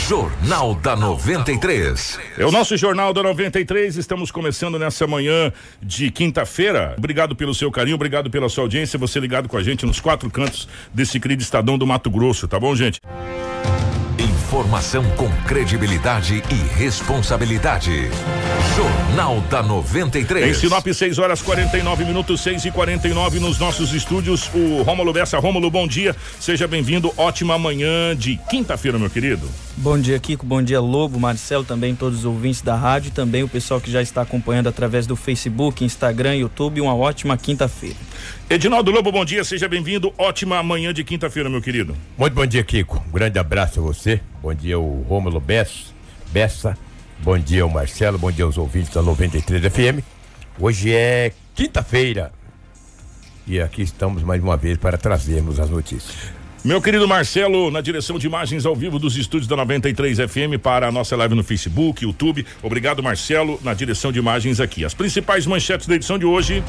Jornal da 93. É o nosso Jornal da 93, estamos começando nessa manhã de quinta-feira. Obrigado pelo seu carinho, obrigado pela sua audiência, você ligado com a gente nos quatro cantos desse querido estadão do Mato Grosso, tá bom, gente? Informação com credibilidade e responsabilidade. Jornal da 93. Em Sinop, 6h49, 6h49 nos nossos estúdios. O Rômulo Bessa. Rômulo, bom dia. Seja bem-vindo. Ótima manhã de quinta-feira, meu querido. Bom dia, Kiko. Bom dia, Lobo, Marcelo, também todos os ouvintes da rádio e também o pessoal que já está acompanhando através do Facebook, Instagram, YouTube. Uma ótima quinta-feira. Edinaldo Lobo, bom dia. Seja bem-vindo. Ótima manhã de quinta-feira, meu querido. Muito bom dia, Kiko. Um grande abraço a você. Bom dia, o Rômulo Bessa. Bom dia, o Marcelo. Bom dia aos ouvintes da 93 FM. Hoje é quinta-feira e aqui estamos mais uma vez para trazermos as notícias. Meu querido Marcelo, na direção de imagens ao vivo dos estúdios da 93 FM para a nossa live no Facebook, YouTube. Obrigado, Marcelo, na direção de imagens aqui. As principais manchetes da edição de hoje.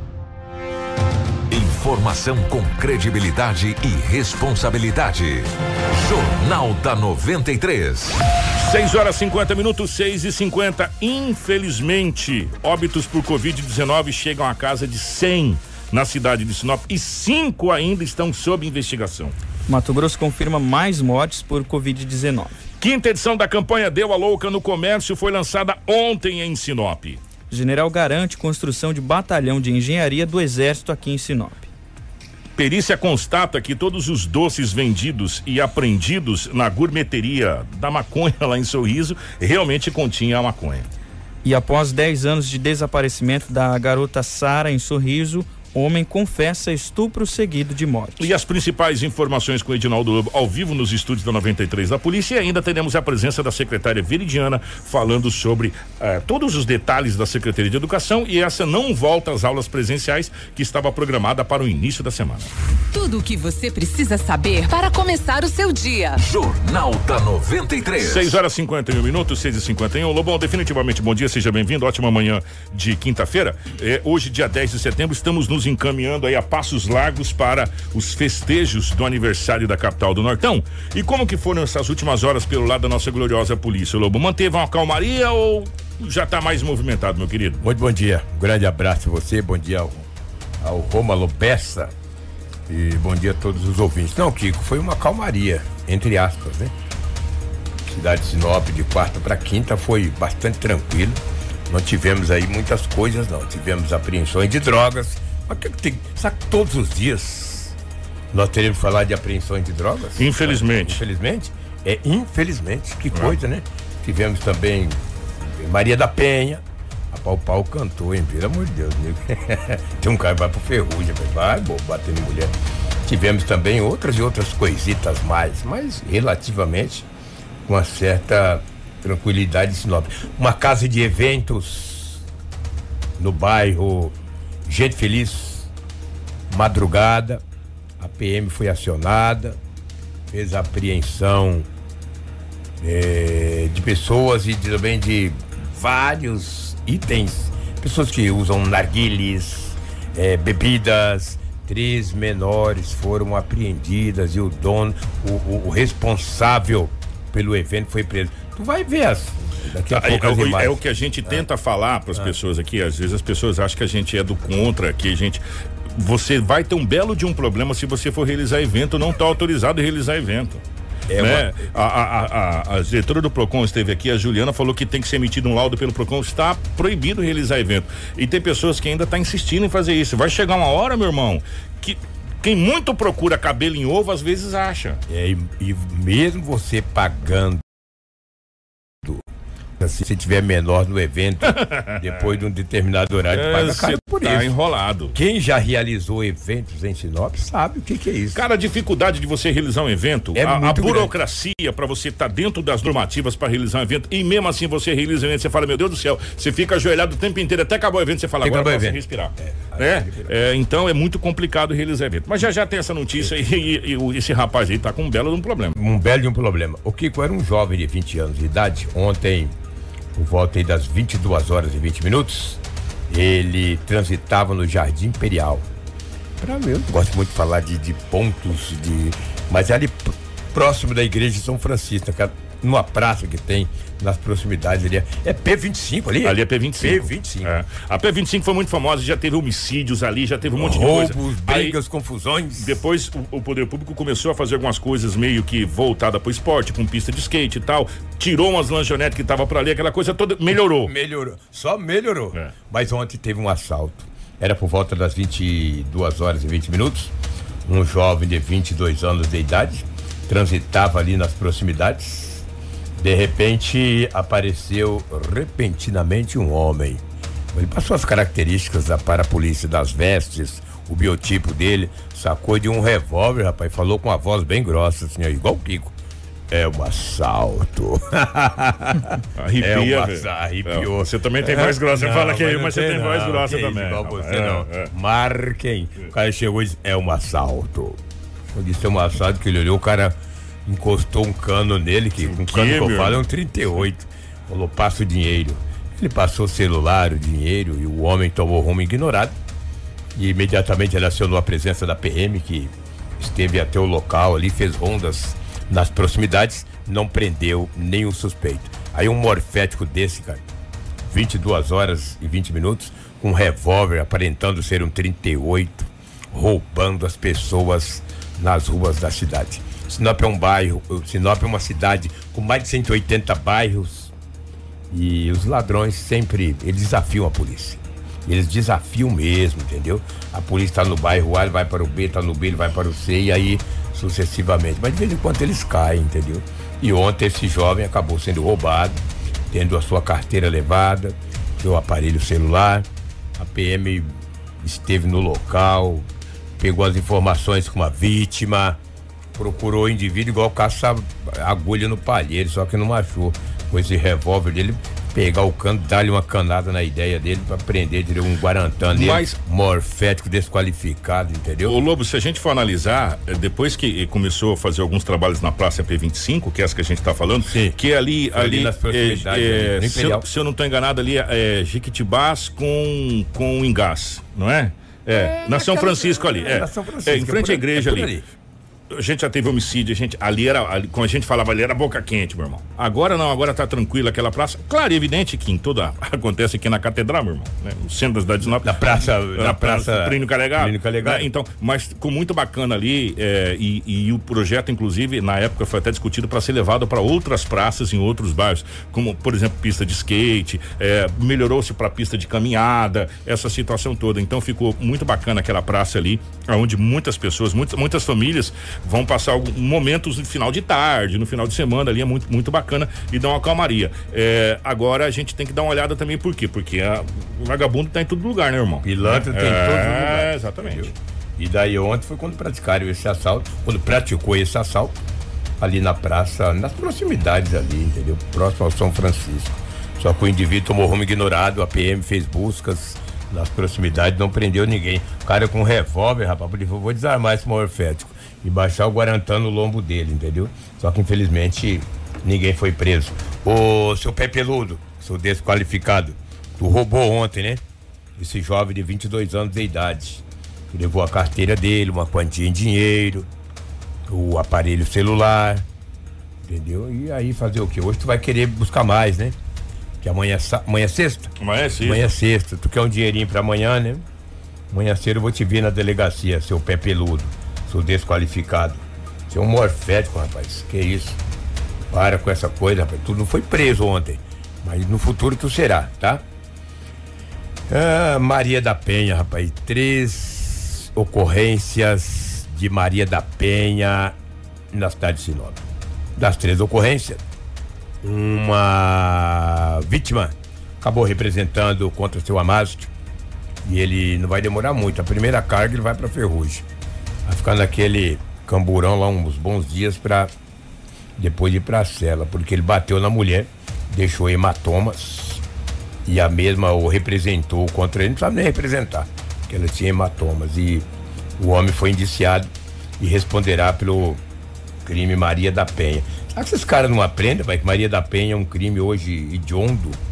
Informação com credibilidade e responsabilidade. Jornal da 93. 6h50, 6h50. Infelizmente, óbitos por Covid-19 chegam à casa de 100 na cidade de Sinop e 5 ainda estão sob investigação. Mato Grosso confirma mais mortes por Covid-19. Quinta edição da campanha Deu a Louca no Comércio foi lançada ontem em Sinop. General garante construção de batalhão de engenharia do Exército aqui em Sinop. Perícia constata que todos os doces vendidos e apreendidos na gourmeteria da maconha lá em Sorriso realmente continha a maconha. E após 10 anos de desaparecimento da garota Sara em Sorriso, homem confessa estupro seguido de morte. E as principais informações com o Edinaldo Lobo ao vivo nos estúdios da 93 da polícia, e ainda teremos a presença da secretária Veridiana falando sobre todos os detalhes da Secretaria de Educação e essa não volta às aulas presenciais que estava programada para o início da semana. Tudo o que você precisa saber para começar o seu dia. Jornal da 93. 6h51, 6h51. Lobão, definitivamente bom dia, seja bem-vindo, ótima manhã de quinta-feira. Hoje, dia 10 de setembro, estamos nos encaminhando aí a passos largos para os festejos do aniversário da capital do Nortão. E como que foram essas últimas horas pelo lado da nossa gloriosa polícia, Lobo? Manteve uma calmaria ou já está mais movimentado, meu querido? Muito bom dia, um grande abraço a você, bom dia ao Rômulo Bessa e bom dia a todos os ouvintes. Não, Kiko, foi uma calmaria, entre aspas, né? Cidade de Sinop de quarta para quinta foi bastante tranquilo, não tivemos aí muitas coisas não, tivemos apreensões de drogas. Mas que tem, sabe, todos os dias nós teremos que falar de apreensões de drogas? Infelizmente. Infelizmente, que coisa, né? Tivemos também Maria da Penha, a Pau cantou, hein? Pelo amor de Deus, amigo. Tem um cara que vai pro Ferrugem, vai bater em mulher. Tivemos também outras coisitas mais, mas relativamente com uma certa tranquilidade em Sinop. Uma casa de eventos no bairro Gente Feliz, madrugada, a PM foi acionada, fez a apreensão de pessoas e também de vários itens, pessoas que usam narguilés, bebidas. 3 menores foram apreendidas e o dono, o responsável pelo evento foi preso. Tu vai ver daqui a pouco é o que a gente tenta falar para as pessoas aqui. Às vezes as pessoas acham que a gente é do contra, que você vai ter um belo de um problema se você for realizar evento, não está autorizado a realizar evento. Né? A diretora do Procon esteve aqui, a Juliana falou que tem que ser emitido um laudo pelo Procon, está proibido realizar evento. E tem pessoas que ainda estão insistindo em fazer isso. Vai chegar uma hora, meu irmão, que quem muito procura cabelo em ovo, às vezes acha. E mesmo você pagando, se tiver menor no evento, depois de um determinado horário, paga caro por isso. Tá enrolado. Quem já realizou eventos em Sinop sabe o que é isso. Cara, a dificuldade de você realizar um evento, a burocracia para você estar dentro das normativas para realizar um evento, e mesmo assim você realiza um evento, você fala, meu Deus do céu, você fica ajoelhado o tempo inteiro, até acabar o evento, você fala, agora posso respirar. Então é muito complicado realizar evento. Mas já tem essa notícia e esse rapaz aí tá com um belo de um problema. Um belo de um problema. O Kiko era um jovem de 20 anos de idade, ontem, por volta aí das 22h20, ele transitava no Jardim Imperial. Pra mim, eu gosto muito de falar de pontos, mas ali próximo da igreja de São Francisco, numa praça que tem nas proximidades ali. É P25 ali? Ali é P25. P25. É. A P25 foi muito famosa, já teve homicídios ali, já teve um monte de roubos, coisa. brigas, confusões. Depois o poder público começou a fazer algumas coisas meio que voltada pro esporte, com pista de skate e tal. Tirou umas lanchonetes que tava por ali, aquela coisa toda melhorou. Melhorou, só melhorou. É. Mas ontem teve um assalto. Era por volta das 22h20. Um jovem de 22 anos de idade transitava ali nas proximidades. De repente apareceu repentinamente um homem. Ele passou as características para a polícia das vestes, o biotipo dele, sacou de um revólver, rapaz, falou com a voz bem grossa, assim, igual o Kiko. É um assalto. Arrepia, arrepiou. Você também tem voz grossa. Você fala que é eu, mas você tem voz grossa que também. Igual você não. Marquem. O cara chegou e disse, é um assalto. Eu disse, é um assalto, que ele olhou, o cara encostou um cano nele, que um cano que eu falo é um 38. Falou, passa o dinheiro. Ele passou o celular, o dinheiro, e o homem tomou rumo ignorado. E imediatamente ele acionou a presença da PM, que esteve até o local ali, fez rondas nas proximidades, não prendeu nenhum suspeito. Aí um morfético desse, cara, 22h20, com um revólver aparentando ser um 38, roubando as pessoas nas ruas da cidade. Sinop é um bairro, Sinop é uma cidade com mais de 180 bairros, e os ladrões sempre, eles desafiam a polícia. Eles desafiam mesmo, entendeu? A polícia tá no bairro A, ele vai para o B, tá no B, ele vai para o C, e aí sucessivamente. Mas de vez em quando eles caem, entendeu? E ontem esse jovem acabou sendo roubado, tendo a sua carteira levada, seu aparelho celular. A PM esteve no local, pegou as informações com a vítima, procurou o indivíduo igual caça agulha no palheiro, só que não achou. Com esse revólver dele, pegar o cano, dar-lhe uma canada na ideia dele pra prender, diria, um guarantã dele, morfético desqualificado, entendeu? Ô Lobo, se a gente for analisar, depois que começou a fazer alguns trabalhos na Praça P25, que é essa que a gente tá falando, sim, que ali nas proximidades, se eu não tô enganado, ali é Jequitibás com Engás, não é? Na São Francisco ali. Na São Francisco, em frente à igreja ali. A gente já teve homicídio, quando a gente falava ali, era boca quente, meu irmão. Agora não, agora tá tranquilo aquela praça. Claro, é evidente que em toda, acontece aqui na Catedral, meu irmão, né? No centro da cidade de Sinop. Na praça Plínio Calegado. Né? Então, mas ficou muito bacana ali, e o projeto, inclusive, na época foi até discutido para ser levado para outras praças em outros bairros, como, por exemplo, pista de skate, melhorou-se para pista de caminhada, essa situação toda. Então ficou muito bacana aquela praça ali, onde muitas pessoas, muitas famílias vão passar momentos no final de tarde, no final de semana ali, é muito, muito bacana e dá uma calmaria. Agora a gente tem que dar uma olhada também, por quê? Porque o vagabundo tá em todo lugar, né, irmão? Pilantra tem em todo lugar. Exatamente. Entendeu? E daí ontem foi quando praticaram esse assalto, quando praticou esse assalto, ali na praça, nas proximidades ali, entendeu? Próximo ao São Francisco. Só que o indivíduo tomou rumo ignorado, a PM fez buscas nas proximidades, não prendeu ninguém. O cara com um revólver, rapaz, vou desarmar esse morfético e baixar o guarantã no lombo dele, entendeu? Só que infelizmente ninguém foi preso. Ô, seu pé peludo, seu desqualificado, tu roubou ontem, né? Esse jovem de 22 anos de idade, tu levou a carteira dele, uma quantia em dinheiro, o aparelho celular, entendeu? E aí fazer o quê? Hoje tu vai querer buscar mais, né? Que amanhã é sexta? Amanhã é sexta. Tu quer um dinheirinho pra amanhã, né? Amanhã cedo eu vou te ver na delegacia, seu pé peludo, seu desqualificado. Você é um morfético, rapaz. Que isso? Para com essa coisa, rapaz. Tu não foi preso ontem, mas no futuro tu será, tá? Maria da Penha, rapaz. 3 ocorrências de Maria da Penha na cidade de Sinop. Das 3 ocorrências, uma vítima acabou representando contra seu Amastro, e ele não vai demorar muito. A primeira carga ele vai pra Ferrugem. Vai ficar naquele camburão lá uns bons dias pra depois ir pra cela, porque ele bateu na mulher, deixou hematomas, e a mesma o representou contra ele, não sabe nem representar, porque ela tinha hematomas, e o homem foi indiciado e responderá pelo crime Maria da Penha. Será que esses caras não aprendem, pai, que Maria da Penha é um crime hoje hediondo?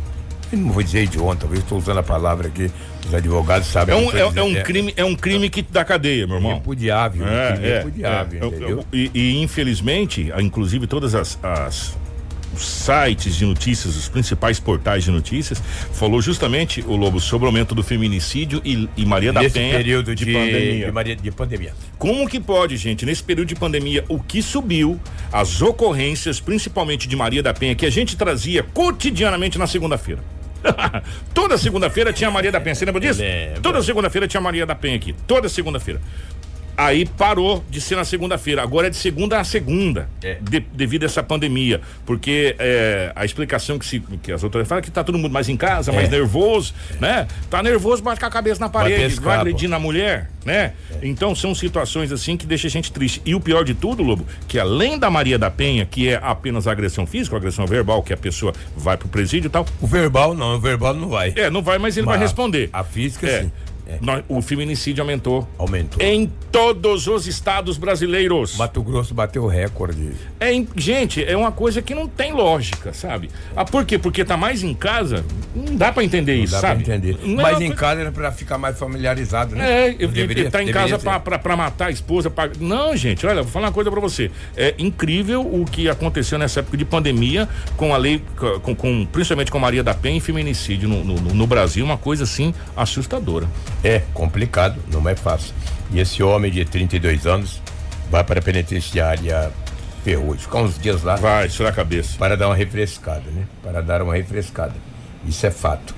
Eu não vou dizer hediondo, talvez estou usando a palavra aqui, os advogados sabem. É um crime que dá cadeia, meu irmão. Repudiável, entendeu? E infelizmente, inclusive todas os sites de notícias, os principais portais de notícias, falou justamente, o Lobo, sobre o aumento do feminicídio e Maria da Penha. Nesse período de pandemia. Como que pode, gente, nesse período de pandemia, o que subiu, as ocorrências, principalmente de Maria da Penha, que a gente trazia cotidianamente na segunda-feira. Toda segunda-feira tinha Maria da Penha, você lembra disso? Toda segunda-feira tinha Maria da Penha aqui, toda segunda-feira. Aí parou de ser na segunda-feira, agora é de segunda a segunda, devido a essa pandemia, porque a explicação que as autoridades falam que tá todo mundo mais em casa, mais nervoso, né? Tá nervoso, bate com a cabeça na parede, vai agredir na mulher, né? Então são situações assim que deixa a gente triste. E o pior de tudo, Lobo, que além da Maria da Penha, que é apenas agressão física, agressão verbal, que a pessoa vai pro presídio e tal. O verbal não vai. Não vai, mas ele vai responder. A física sim. O feminicídio aumentou em todos os estados brasileiros. Mato Grosso bateu o recorde. Gente, é uma coisa que não tem lógica, sabe? Por quê? Porque tá mais em casa, não dá pra entender isso, sabe? Pra entender. Mas em casa era pra ficar mais familiarizado, né? Ele tá em casa pra matar a esposa. Não, gente, olha, vou falar uma coisa pra você. É incrível o que aconteceu nessa época de pandemia com a lei, principalmente com Maria da Penha e feminicídio no Brasil, uma coisa assim assustadora. É complicado, não é fácil. E esse homem de 32 anos vai para a penitenciária Ferrugem, ficar uns dias lá. Vai, tirar a cabeça. Para dar uma refrescada, né? Para dar uma refrescada. Isso é fato.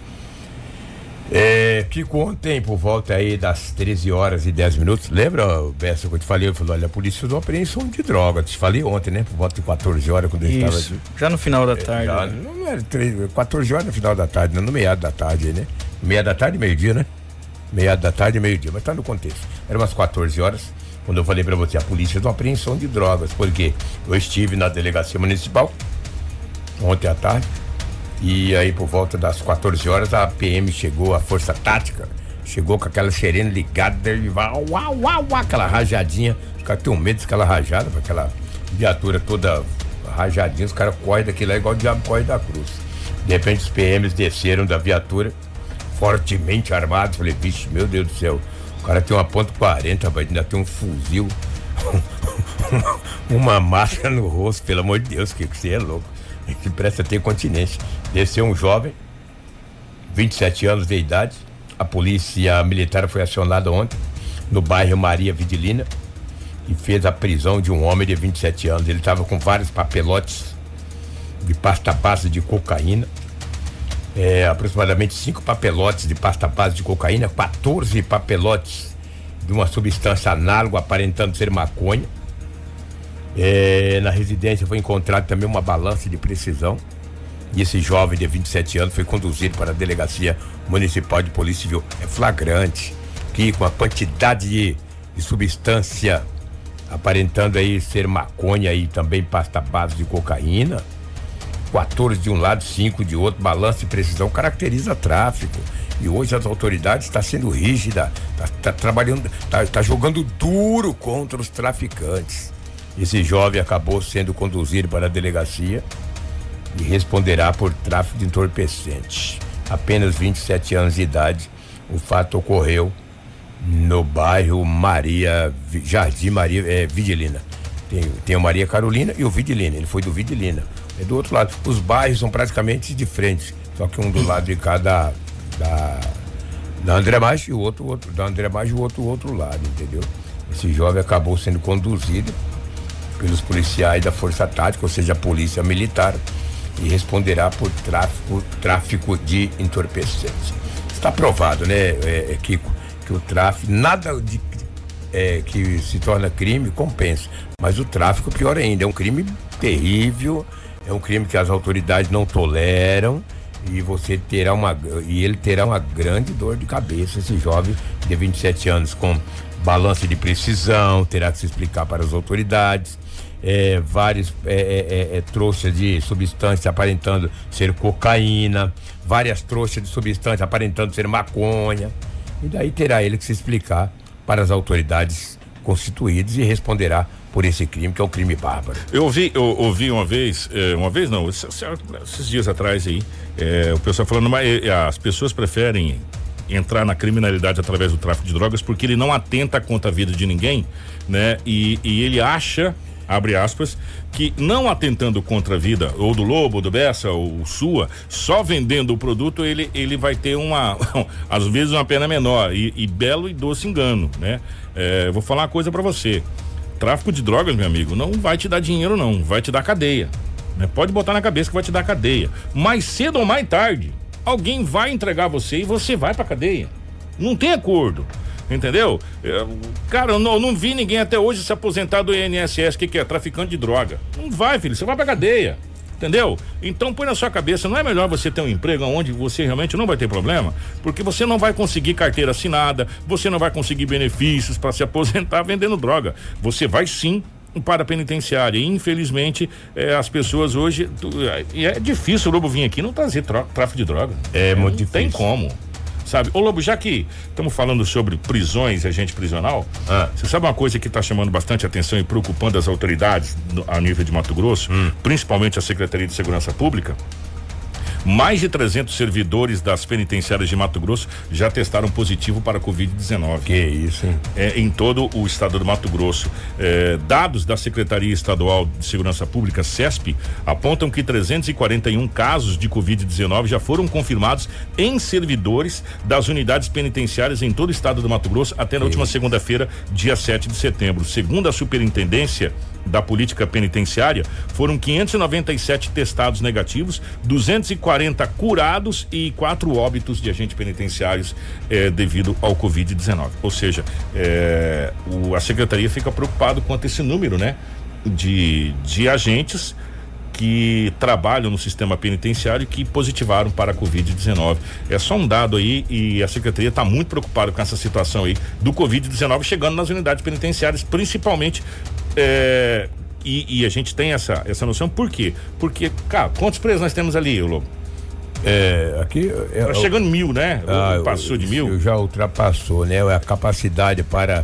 Kiko, ontem, por volta aí das 13h10, lembra, Bessa, que eu te falei? Eu falei, olha, a polícia fez uma apreensão de droga. Eu te falei ontem, né? Por volta de 14 horas, quando eu estava aqui. Já no final da tarde. Não era 14 horas no final da tarde, no meado da tarde, né? Meia da tarde, meio-dia, né? Meado da tarde e meio-dia, mas tá no contexto. Era umas 14 horas, quando eu falei pra você, a polícia fez uma apreensão de drogas, porque eu estive na delegacia municipal ontem à tarde, e aí por volta das 14 horas a PM chegou, a Força Tática, chegou com aquela sirene ligada, e aquela rajadinha, os caras têm medo daquela rajada, com aquela viatura toda rajadinha, os caras correm daquilo lá igual o diabo corre da cruz. De repente os PMs desceram da viatura, fortemente armados. Falei, vixe, meu Deus do céu, o cara tem uma .40, vai ainda tem um fuzil, uma máscara no rosto, pelo amor de Deus, que você é louco, que presta ter continência. Desceu um jovem, 27 anos de idade. A polícia militar foi acionada ontem no bairro Maria Vidilina e fez a prisão de um homem de 27 anos. Ele estava com vários papelotes de pasta base de cocaína, aproximadamente 5 papelotes de pasta base de cocaína, 14 papelotes de uma substância análoga aparentando ser maconha. Na residência foi encontrado também uma balança de precisão, e esse jovem de 27 anos foi conduzido para a delegacia municipal de polícia civil. É flagrante que com a quantidade de substância aparentando aí ser maconha e também pasta base de cocaína, 14 de um lado, 5 de outro, balança de precisão caracteriza tráfico. E hoje as autoridades estão sendo rígidas, tá trabalhando, tá jogando duro contra os traficantes. Esse jovem acabou sendo conduzido para a delegacia e responderá por tráfico de entorpecentes. Apenas 27 anos de idade. O fato ocorreu no bairro Jardim Maria Vidilina. Tem o Maria Carolina e o Vidilina. Ele foi do Vidilina. É do outro lado. Os bairros são praticamente de frente, só que um do lado de cada da André Maggi e o outro da André Maggi e o outro lado, entendeu? Esse jovem acabou sendo conduzido pelos policiais da Força Tática, ou seja, a polícia militar, e responderá por tráfico de entorpecentes. Está provado, né, Kiko, que o tráfico, nada de que se torna crime compensa, mas o tráfico pior ainda, é um crime terrível, é um crime que as autoridades não toleram, e ele terá uma grande dor de cabeça. Esse jovem de 27 anos com balança de precisão, terá que se explicar para as autoridades. Vários trouxas de substância aparentando ser cocaína, várias trouxas de substância aparentando ser maconha, e daí terá ele que se explicar para as autoridades constituídas e responderá por esse crime, que é um crime bárbaro. Eu ouvi uma vez não, esses dias atrás aí, o pessoal falando, mas as pessoas preferem entrar na criminalidade através do tráfico de drogas porque ele não atenta contra a vida de ninguém, né? E ele acha, abre aspas, que não atentando contra a vida ou do Lobo, ou do Bessa, ou sua, só vendendo o produto ele vai ter às vezes uma pena menor e belo e doce engano, né? Eu vou falar uma coisa pra você, tráfico de drogas, meu amigo, não vai te dar dinheiro não, vai te dar cadeia, né? Pode botar na cabeça que vai te dar cadeia, mais cedo ou mais tarde alguém vai entregar você e você vai pra cadeia, não tem acordo. Entendeu? Cara, eu não vi ninguém até hoje se aposentar do INSS, que é traficante de droga. Não vai, filho, você vai pra cadeia. Entendeu? Então põe na sua cabeça, não é melhor você ter um emprego onde você realmente não vai ter problema? Porque você não vai conseguir carteira assinada, você não vai conseguir benefícios para se aposentar vendendo droga. Você vai sim para a penitenciária. E, infelizmente, as pessoas hoje. E é difícil o Lobo vir aqui e não trazer tráfico de droga. É muito difícil. Tem como. Sabe, ô Lobo, já que estamos falando sobre prisões e agente prisional, você sabe uma coisa que está chamando bastante atenção e preocupando as autoridades a nível de Mato Grosso, principalmente a Secretaria de Segurança Pública? Mais de 300 servidores das penitenciárias de Mato Grosso já testaram positivo para a Covid-19. Que isso, hein? Em todo o estado do Mato Grosso. Dados da Secretaria Estadual de Segurança Pública, SESP, apontam que 341 casos de Covid-19 já foram confirmados em servidores das unidades penitenciárias em todo o estado do Mato Grosso até na última segunda-feira, dia 7 de setembro. Segundo a Superintendência da Política Penitenciária, foram 597 testados negativos, 240 curados e 4 óbitos de agentes penitenciários devido ao Covid-19. Ou seja, a Secretaria fica preocupada quanto a esse número, né? De agentes que trabalham no sistema penitenciário que positivaram para a Covid-19. É só um dado aí e a Secretaria está muito preocupada com essa situação aí do Covid-19 chegando nas unidades penitenciárias, principalmente. E a gente tem essa noção, por quê? Porque, cara, quantos presos nós temos ali, Lobo? Aqui tá chegando 1.000, né? Passou de 1.000? Já ultrapassou, né? A capacidade para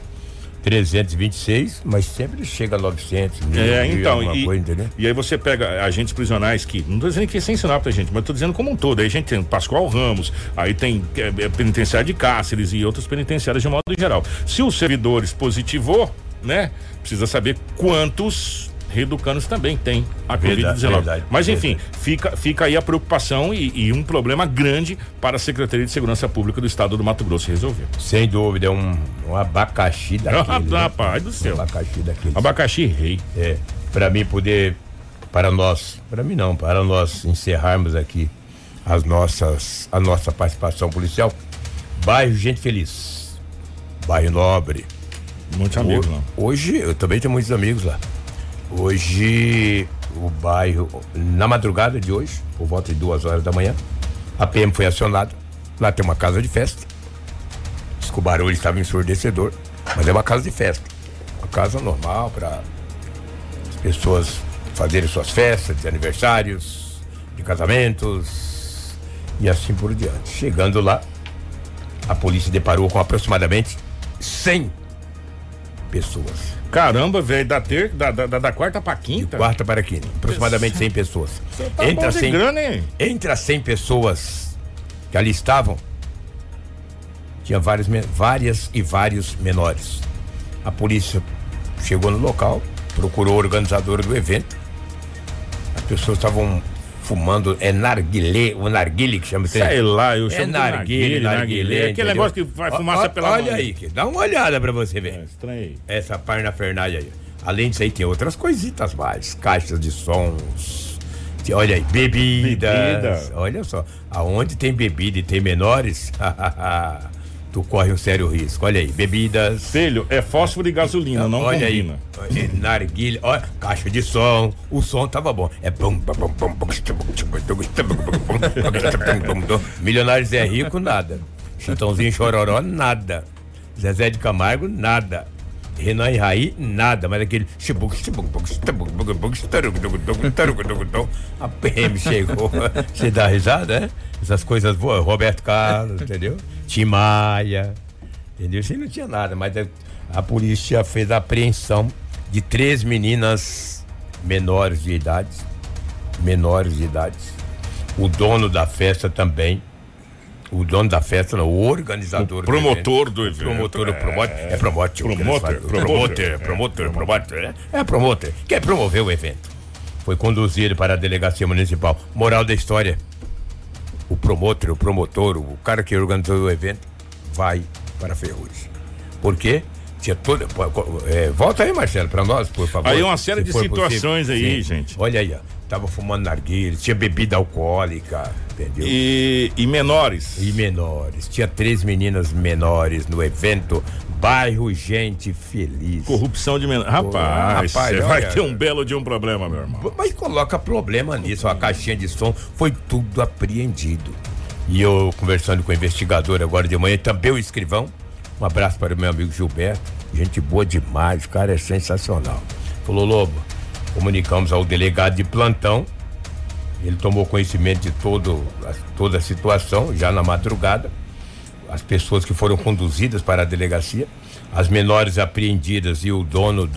326, mas sempre chega a 900. Então, coisa, entendeu? E aí você pega agentes prisionais que, não tô dizendo que sem ensinar pra gente, mas tô dizendo como um todo. Aí a gente tem Pascoal Ramos, aí tem penitenciária de Cáceres e outras penitenciárias de modo geral. Se os servidores positivou, né? Precisa saber quantos reeducandos também tem a Covid-19. Mas enfim, fica aí a preocupação e um problema grande para a Secretaria de Segurança Pública do Estado do Mato Grosso resolver. Sem dúvida, um abacaxi daquele. Rapaz do céu. Um abacaxi daquele. Abacaxi rei. Para mim para nós encerrarmos aqui a nossa participação policial. Bairro Gente Feliz, bairro Nobre. Muitos amigos lá. Hoje, eu também tenho muitos amigos lá. Hoje, o bairro, na madrugada de hoje, por volta de 2 horas da manhã, a PM foi acionada. Lá tem uma casa de festa. Diz que o barulho estava ensurdecedor, mas é uma casa de festa. Uma casa normal para as pessoas fazerem suas festas de aniversários, de casamentos e assim por diante. Chegando lá, a polícia deparou com aproximadamente 100 pessoas. Caramba, velho, da quarta pra quinta? De quarta para quinta, aproximadamente 100 pessoas. Tá entre, entre as 100 pessoas que ali estavam, tinha várias e vários menores. A polícia chegou no local, procurou o organizador do evento. As pessoas estavam fumando, o narguilé que chama. Sei lá, eu chamo narguilé. Aquele negócio que vai fumaça pela mão. Olha aí, dá uma olhada pra você ver. Estranho. Essa parafernália aí. Além disso aí tem outras coisitas mais, caixas de sons. Olha aí, bebidas. Olha só, aonde tem bebida e tem menores, tu corre um sério risco. Olha aí, bebidas. Filho, é fósforo e gasolina, não olha combina. Aí, narguilha, olha, caixa de som, o som tava bom. Milionários é rico, nada. Chitãozinho Chororó, nada. Zezé de Camargo, nada. Renan e Raí, nada, mas aquele a PM chegou. Você dá risada, né? Essas coisas boas, Roberto Carlos, entendeu? Tim Maia, entendeu? Você não tinha nada, mas a polícia fez a apreensão de 3 meninas menores de idade. O dono da festa também. O dono da festa, não, o organizador. O promotor do evento. Promotor. Quer promover o evento. Foi conduzido para a delegacia municipal. Moral da história: o promotor, o cara que organizou o evento, vai para Ferrugem. Por quê? Tinha toda. Volta aí, Marcelo, para nós, por favor. Aí uma série de situações aí, gente. Olha aí, ó. Tava fumando narguilha, tinha bebida alcoólica, entendeu? E menores. Tinha 3 meninas menores no evento, bairro Gente Feliz. Corrupção de menores. Rapaz, você vai ter um belo de um problema, meu irmão. Mas coloca problema nisso, a caixinha de som foi tudo apreendido. E eu conversando com o investigador agora de manhã, também o escrivão, um abraço para o meu amigo Gilberto, gente boa demais, o cara é sensacional. Falou: Lobo, comunicamos ao delegado de plantão, ele tomou conhecimento de toda a situação, já na madrugada, as pessoas que foram conduzidas para a delegacia, as menores apreendidas e o dono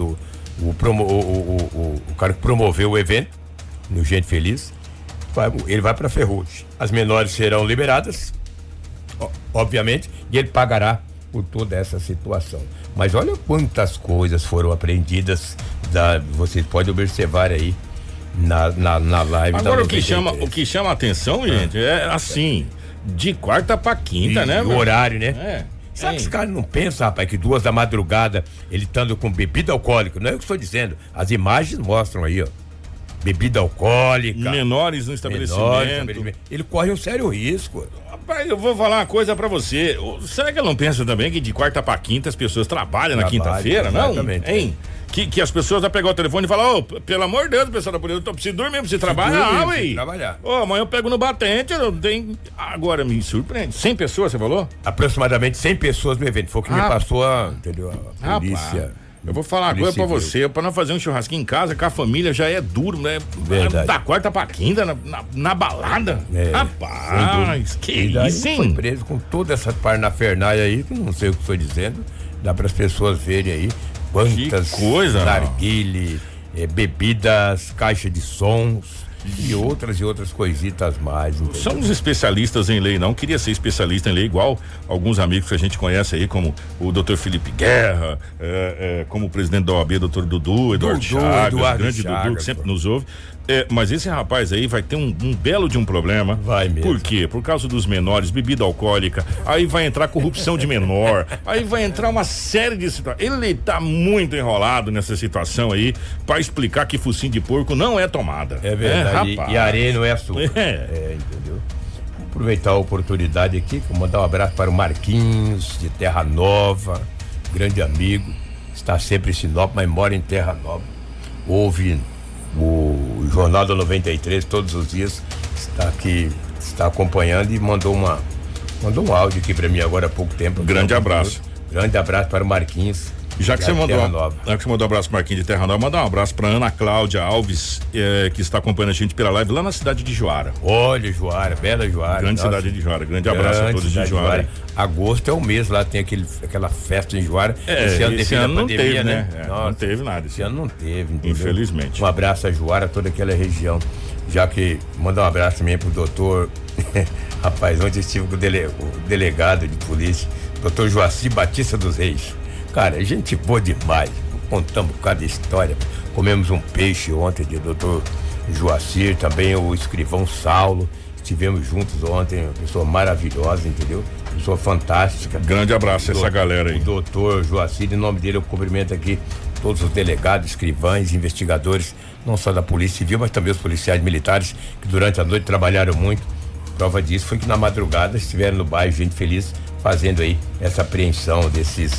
o cara que promoveu o evento, no Gente Feliz, ele vai para Ferrugem. As menores serão liberadas, obviamente, e ele pagará por toda essa situação. Mas olha quantas coisas foram apreendidas, vocês podem observar aí na live. Agora o que chama a atenção, gente, é assim, de quarta pra quinta, né? O horário, né? Sabe que os caras não pensam, rapaz, que 2 da madrugada ele estando com bebida alcoólica? Não é o que estou dizendo, as imagens mostram aí, ó. Bebida alcoólica. Menores no estabelecimento. Ele corre um sério risco. Rapaz, eu vou falar uma coisa pra você. Será que ele não pensa também que de quarta pra quinta as pessoas trabalham na quinta-feira, não? Hein? Que as pessoas vão pegar o telefone e falar: pelo amor de Deus, pessoal da polícia, eu preciso dormir, preciso trabalhar, ué. Amanhã eu pego no batente, não tem. Agora me surpreende. 100 pessoas, você falou? Aproximadamente 100 pessoas no evento. Foi o que me passou a polícia. Eu vou falar uma coisa pra você, pra não fazer um churrasquinho em casa com a família já é duro, né? Verdade. Da quarta pra quinta, na balada. Rapaz, que isso, hein? Foi preso com toda essa parnafernália aí, que não sei o que estou dizendo, dá para as pessoas verem aí quantas coisa, narguile, bebidas, caixa de sons e outras coisitas mais. Entendeu? Somos especialistas em lei, não queria ser especialista em lei igual alguns amigos que a gente conhece aí, como o Dr. Felipe Guerra, como o presidente da OAB, Dr. Dudu, Eduardo Chagas, grande Dudu, que sempre nos ouve. Mas esse rapaz aí vai ter um belo de um problema. Vai mesmo. Por quê? Por causa dos menores, bebida alcoólica, aí vai entrar corrupção de menor, aí vai entrar uma série de situações. Ele tá muito enrolado nessa situação aí pra explicar que focinho de porco não é tomada. É verdade. E areia não é açúcar. Entendeu? Vou aproveitar a oportunidade aqui, vou mandar um abraço para o Marquinhos, de Terra Nova, grande amigo, está sempre em Sinop, mas mora em Terra Nova. Ouve o Jornal da 93 todos os dias, está aqui, está acompanhando e mandou um áudio aqui para mim agora há pouco tempo. Grande abraço. Grande abraço para o Marquinhos. Já que você mandou um abraço pro Marquinhos de Terra Nova, mandar um abraço pra Ana Cláudia Alves, que está acompanhando a gente pela live lá na cidade de Joara. Olha, Joara, bela Joara. Grande cidade de Joara, grande abraço a todos de Joara. Agosto é o mês, lá tem aquela festa em Joara. Esse ano não teve, né? Não teve nada. Esse ano não teve, entendeu? Infelizmente. Um abraço a Joara, toda aquela região. Já que, mandar um abraço também pro doutor, rapaz, ontem estive com o delegado de polícia, doutor Joacir Batista dos Reis. Cara, gente boa demais. Contamos cada história. Comemos um peixe ontem de doutor Joacir, também o escrivão Saulo. Estivemos juntos ontem, uma pessoa maravilhosa, entendeu? Pessoa fantástica. Grande abraço a essa galera aí. O doutor Joacir, em nome dele eu cumprimento aqui todos os delegados, escrivães, investigadores, não só da Polícia Civil, mas também os policiais militares, que durante a noite trabalharam muito. Prova disso foi que na madrugada estiveram no bairro Gente Feliz, fazendo aí essa apreensão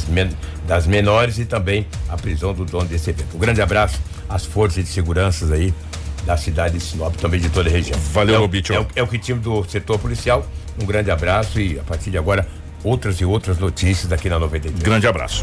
das menores e também a prisão do dono desse evento. Um grande abraço às forças de segurança aí da cidade de Sinop, também de toda a região. Valeu, Bicho. É o que time do setor policial. Um grande abraço e a partir de agora outras notícias aqui na 93. Grande abraço.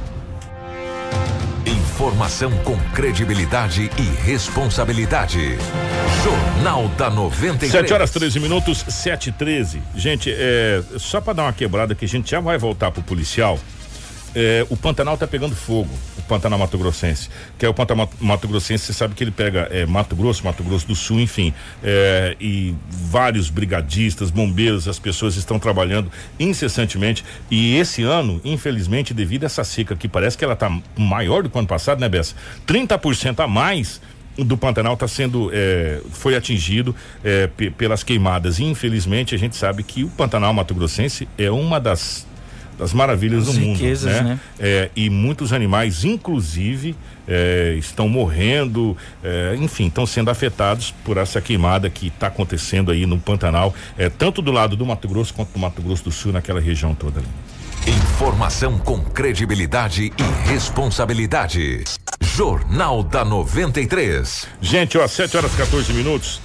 Informação com credibilidade e responsabilidade. Jornal da 93. 7h13, 7h13. Gente, só para dar uma quebrada que a gente já vai voltar pro policial. o Pantanal está pegando fogo, o Pantanal Mato Grossense, que é o Pantanal Mato Grossense, você sabe que ele pega Mato Grosso do Sul, enfim, e vários brigadistas, bombeiros, as pessoas estão trabalhando incessantemente, e esse ano, infelizmente, devido a essa seca que parece que ela está maior do que o ano passado, né, Bessa? 30% a mais do Pantanal foi atingido pelas queimadas, e infelizmente a gente sabe que o Pantanal Mato Grossense é uma das maravilhas do mundo, né? E muitos animais, inclusive, estão morrendo, enfim, estão sendo afetados por essa queimada que está acontecendo aí no Pantanal, tanto do lado do Mato Grosso quanto do Mato Grosso do Sul, naquela região toda ali. Informação com credibilidade e responsabilidade. Jornal da 93. Gente, 7h14.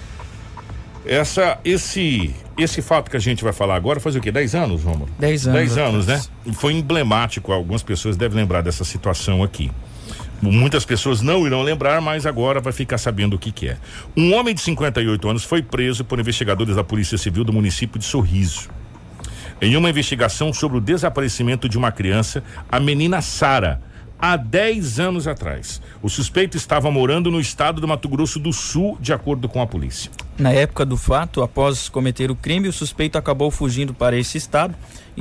Esse fato que a gente vai falar agora faz o quê? 10 anos, Rômulo? 10 anos. 10 anos, né? Foi emblemático, algumas pessoas devem lembrar dessa situação aqui. Muitas pessoas não irão lembrar, mas agora vai ficar sabendo o que é. Um homem de 58 anos foi preso por investigadores da Polícia Civil do município de Sorriso, em uma investigação sobre o desaparecimento de uma criança, a menina Sara, há 10 anos atrás. O suspeito estava morando no estado do Mato Grosso do Sul, de acordo com a polícia. Na época do fato, após cometer o crime, o suspeito acabou fugindo para esse estado,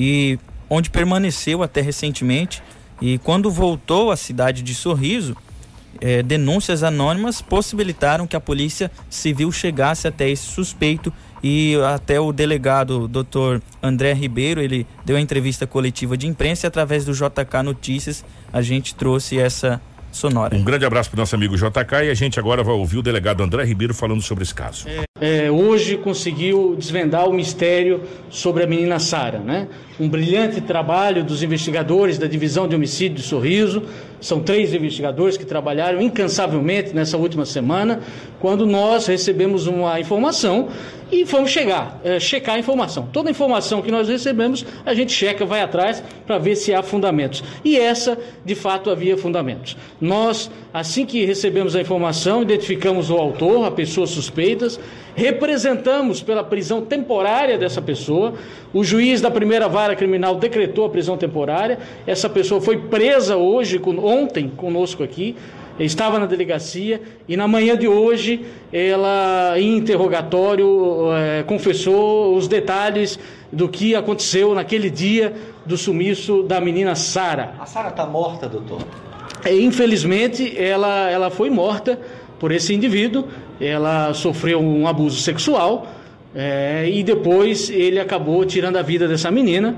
e onde permaneceu até recentemente. E quando voltou à cidade de Sorriso, denúncias anônimas possibilitaram que a Polícia Civil chegasse até esse suspeito, e até o delegado Dr. André Ribeiro, ele deu a entrevista coletiva de imprensa, e através do JK Notícias a gente trouxe essa sonora. Um grande abraço para o nosso amigo JK, e a gente agora vai ouvir o delegado André Ribeiro falando sobre esse caso. Hoje conseguiu desvendar o mistério sobre a menina Sara, né? Um brilhante trabalho dos investigadores da Divisão de Homicídio de Sorriso. São 3 investigadores que trabalharam incansavelmente nessa última semana, quando nós recebemos uma informação e fomos checar a informação. Toda informação que nós recebemos, a gente checa, vai atrás para ver se há fundamentos. E essa, de fato, havia fundamentos. Nós, assim que recebemos a informação, identificamos o autor, a pessoas suspeitas, representamos pela prisão temporária dessa pessoa. O juiz da primeira vara criminal decretou a prisão temporária. Essa pessoa foi presa ontem conosco aqui, estava na delegacia, e na manhã de hoje ela, em interrogatório, confessou os detalhes do que aconteceu naquele dia do sumiço da menina Sara. A Sara está morta, doutor? Infelizmente, ela foi morta por esse indivíduo. Ela sofreu um abuso sexual, e depois ele acabou tirando a vida dessa menina.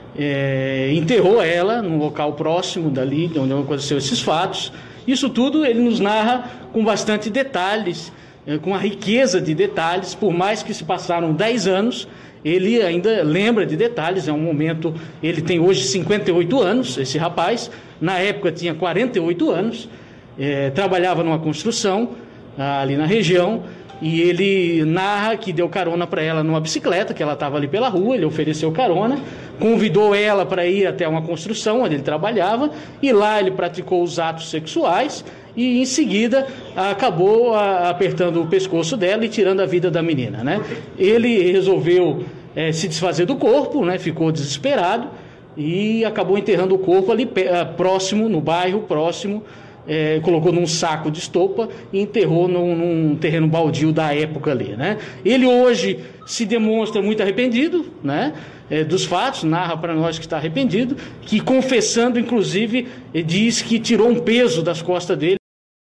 Enterrou ela num local próximo dali, de onde aconteceu esses fatos. Isso tudo ele nos narra com bastante detalhes, com a riqueza de detalhes. Por mais que se passaram 10 anos, ele ainda lembra de detalhes. É um momento, ele tem hoje 58 anos, esse rapaz. Na época tinha 48 anos, trabalhava numa construção ali na região, e ele narra que deu carona para ela numa bicicleta, que ela estava ali pela rua. Ele ofereceu carona, convidou ela para ir até uma construção onde ele trabalhava, e lá ele praticou os atos sexuais, e em seguida acabou apertando o pescoço dela e tirando a vida da menina, né? Ele resolveu se desfazer do corpo, né? Ficou desesperado e acabou enterrando o corpo ali próximo, no bairro próximo. Colocou num saco de estopa e enterrou num terreno baldio da época ali, né? Ele hoje se demonstra muito arrependido, né? Dos fatos, narra para nós que está arrependido, que confessando, inclusive, diz que tirou um peso das costas dele,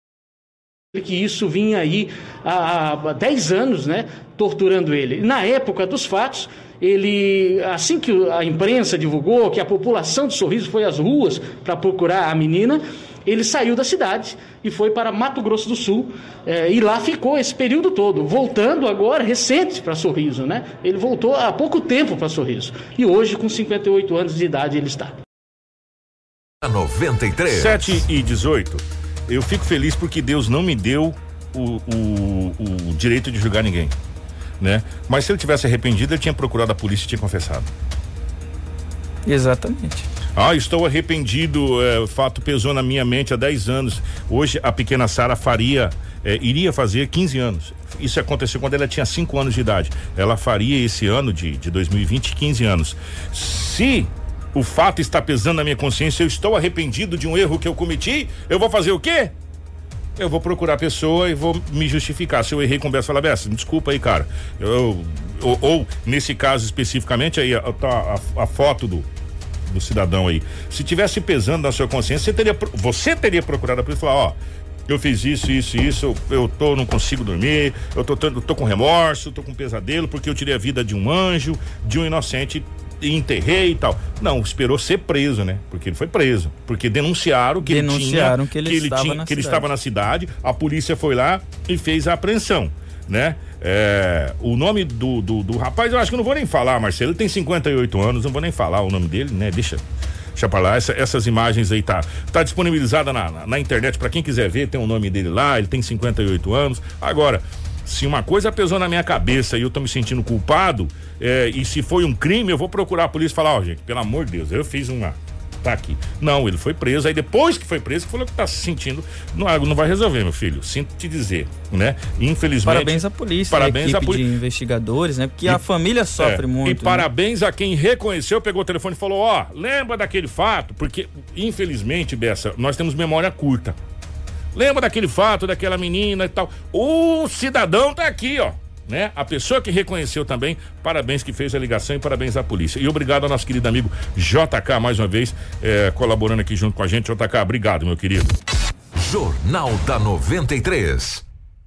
que isso vinha aí há 10 anos, né? Torturando ele. Na época dos fatos, ele, assim que a imprensa divulgou, que a população de Sorriso foi às ruas para procurar a menina, ele saiu da cidade e foi para Mato Grosso do Sul, e lá ficou esse período todo, voltando agora, recente, para Sorriso, né? Ele voltou há pouco tempo para Sorriso, e hoje, com 58 anos de idade, ele está. 93. 7h18. Eu fico feliz porque Deus não me deu o direito de julgar ninguém, né? Mas se ele tivesse arrependido, ele tinha procurado a polícia e tinha confessado. Exatamente. Estou arrependido, o fato pesou na minha mente há 10 anos. Hoje a pequena Sara iria fazer 15 anos. Isso aconteceu quando ela tinha 5 anos de idade. Ela faria esse ano de 2020 15 anos. Se o fato está pesando na minha consciência, eu estou arrependido de um erro que eu cometi, eu vou fazer o quê? Eu vou procurar a pessoa e vou me justificar. Se eu errei com o Bessa, falar, Bessa, desculpa aí, cara. Ou nesse caso especificamente, aí tá a foto do cidadão aí. Se tivesse pesando na sua consciência, você teria procurado a polícia e falar, ó, eu fiz isso, não consigo dormir, eu tô com remorso, tô com pesadelo, porque eu tirei a vida de um anjo, de um inocente, e enterrei e tal. Não, esperou ser preso, né? Porque ele foi preso. Porque denunciaram que ele estava na cidade, a polícia foi lá e fez a apreensão, né? O nome do rapaz, eu acho que eu não vou nem falar, Marcelo, ele tem 58 anos, não vou nem falar o nome dele, né? Deixa pra lá, essas imagens aí tá disponibilizada na internet pra quem quiser ver, tem o nome dele lá, ele tem 58 anos. Agora, se uma coisa pesou na minha cabeça e eu tô me sentindo culpado, e se foi um crime, eu vou procurar a polícia e falar, gente, pelo amor de Deus, eu fiz tá aqui. Não, ele foi preso, aí depois que foi preso, que falou que tá se sentindo, não vai resolver, meu filho, sinto te dizer, né? Infelizmente. Parabéns à polícia, parabéns à equipe de investigadores, né? Porque a família sofre muito. E parabéns a quem reconheceu, pegou o telefone e falou, lembra daquele fato? Porque, infelizmente, Bessa, nós temos memória curta. Lembra daquele fato, daquela menina e tal? O cidadão tá aqui, ó, né? A pessoa que reconheceu também, parabéns que fez a ligação e parabéns à polícia. E obrigado ao nosso querido amigo JK, mais uma vez, colaborando aqui junto com a gente. JK, obrigado, meu querido. Jornal da 93.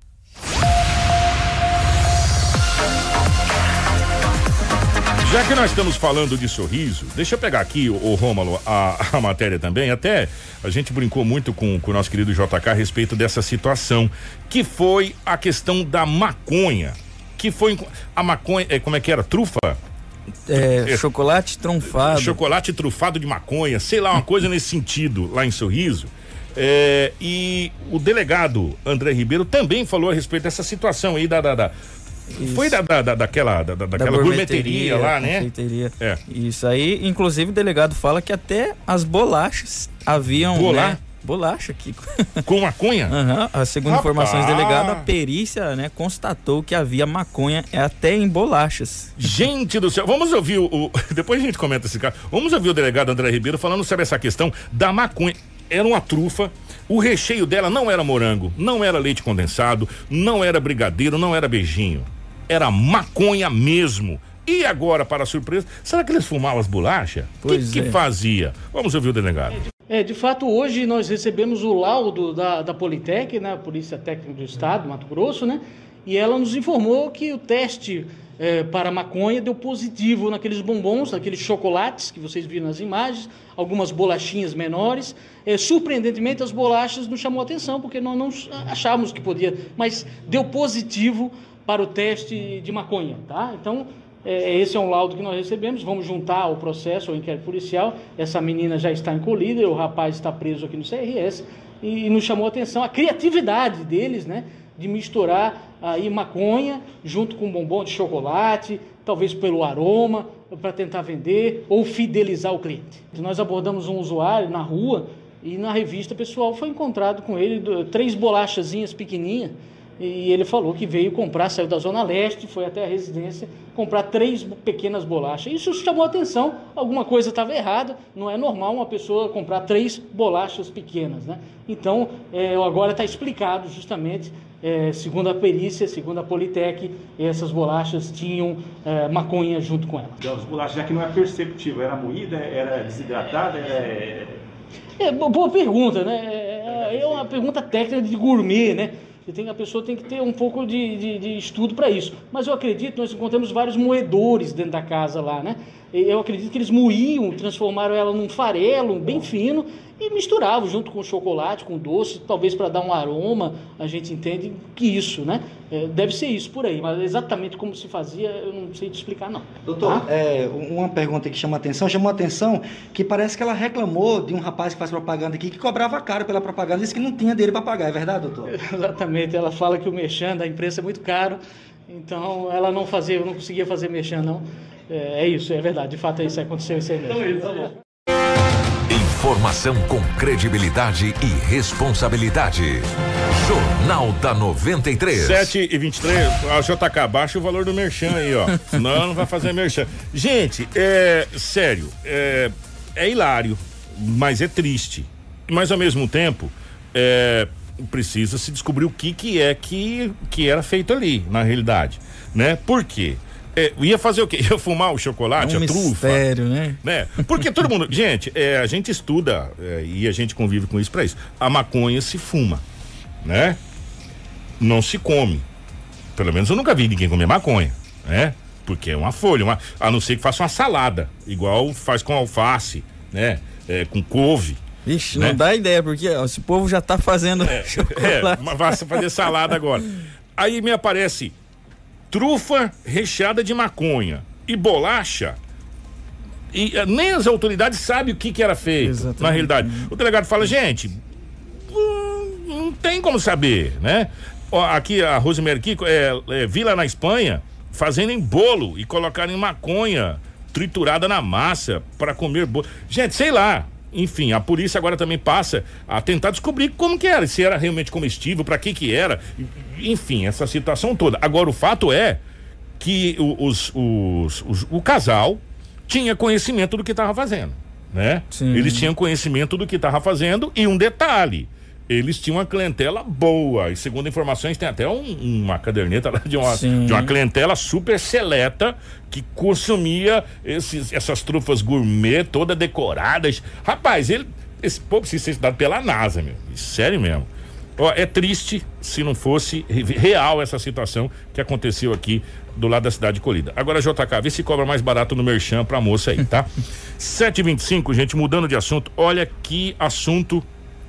Já que nós estamos falando de Sorriso, deixa eu pegar aqui, o Rômulo, a matéria também. Até a gente brincou muito com o nosso querido JK a respeito dessa situação, que foi a questão da maconha. Que foi a maconha, como é que era? Trufa? Chocolate trufado. Chocolate trufado de maconha, sei lá, uma coisa nesse sentido, lá em Sorriso. E o delegado André Ribeiro também falou a respeito dessa situação aí Isso. Foi daquela gourmeteria lá, né? Isso aí, inclusive o delegado fala que até as bolachas haviam, né? Bolacha aqui. Com maconha? Segundo informações do delegado, a perícia, né, constatou que havia maconha até em bolachas. Gente do céu, vamos ouvir depois a gente comenta esse caso, vamos ouvir o delegado André Ribeiro falando sobre essa questão da maconha. Era uma trufa, o recheio dela não era morango, não era leite condensado, não era brigadeiro, não era beijinho. Era maconha mesmo. E agora, para a surpresa, será que eles fumavam as bolachas? O que fazia? Vamos ouvir o delegado. De fato, hoje nós recebemos o laudo da Politec, né, a Polícia Técnica do Estado, Mato Grosso, né? E ela nos informou que o teste para maconha deu positivo naqueles bombons, naqueles chocolates que vocês viram nas imagens, algumas bolachinhas menores. Surpreendentemente, as bolachas nos chamou a atenção, porque nós não achávamos que podia, mas deu positivo para o teste de maconha, tá? Então, esse é um laudo que nós recebemos, vamos juntar ao processo, ao inquérito policial. Essa menina já está encolhida, o rapaz está preso aqui no CRS, e nos chamou a atenção a criatividade deles, né? De misturar aí maconha junto com bombom de chocolate, talvez pelo aroma, para tentar vender ou fidelizar o cliente. Nós abordamos um usuário na rua e na revista pessoal foi encontrado com ele 3 bolachazinhas pequenininhas. E ele falou que veio comprar, saiu da Zona Leste, foi até a residência comprar 3 pequenas bolachas. Isso chamou a atenção, alguma coisa estava errada, não é normal uma pessoa comprar 3 bolachas pequenas, né? Então, agora está explicado justamente, segundo a perícia, segundo a Politec, essas bolachas tinham maconha junto com elas. As bolachas, já que não é perceptível, era moída, era desidratada, boa pergunta, né? É uma pergunta técnica de gourmet, né? A pessoa tem que ter um pouco de estudo para isso. Mas eu acredito, nós encontramos vários moedores dentro da casa lá, né? Eu acredito que eles moíam, transformaram ela num farelo bem fino e misturavam junto com chocolate, com doce, talvez para dar um aroma. A gente entende que isso, né? Deve ser isso por aí, mas exatamente como se fazia, eu não sei te explicar, não. Doutor, uma pergunta que chamou a atenção que parece que ela reclamou de um rapaz que faz propaganda aqui que cobrava caro pela propaganda, disse que não tinha dinheiro para pagar, é verdade, doutor? Exatamente, ela fala que o merchan da imprensa é muito caro, então ela não conseguia fazer merchan, não. É isso, é verdade, de fato isso aconteceu, isso aí mesmo. Informação com credibilidade e responsabilidade. Jornal da 93. 7h23, JK, baixa o valor do merchan aí, ó. Senão não vai fazer merchan. Gente, sério, é hilário, mas é triste. Mas ao mesmo tempo, precisa se descobrir o que era feito ali, na realidade, né? Por quê? Ia fazer o quê? Ia fumar o chocolate, a trufa? Mistério, né? Porque todo mundo, gente, a gente estuda e a gente convive com isso pra isso. A maconha se fuma, né? Não se come. Pelo menos eu nunca vi ninguém comer maconha, né? Porque é uma folha, a não ser que faça uma salada, igual faz com alface, né? Com couve. Ixi, né? Não dá ideia, porque esse povo já tá fazendo chocolate. Mas vai fazer salada agora. Aí me aparece trufa recheada de maconha e bolacha. E nem as autoridades sabem o que era feito. Exatamente. Na realidade. O delegado fala, gente, não tem como saber, né? Aqui a Rosemary Kiko vi lá na Espanha fazendo em bolo e colocarem maconha triturada na massa para comer bolo. Gente, sei lá. Enfim, a polícia agora também passa a tentar descobrir como que era, se era realmente comestível, para que era, enfim, essa situação toda. Agora, o fato é que o casal tinha conhecimento do que estava fazendo, né? Sim. Eles tinham conhecimento do que estava fazendo e um detalhe, eles tinham uma clientela boa e segundo informações tem até uma caderneta lá de uma clientela super seleta que consumia essas trufas gourmet todas decoradas. Rapaz, esse povo precisa ser estudado pela NASA, meu. Sério mesmo. É triste se não fosse real essa situação que aconteceu aqui do lado da cidade de Colíder. Agora, JK, vê se cobra mais barato no merchan pra moça aí, tá? 7h25, gente, mudando de assunto. Olha que assunto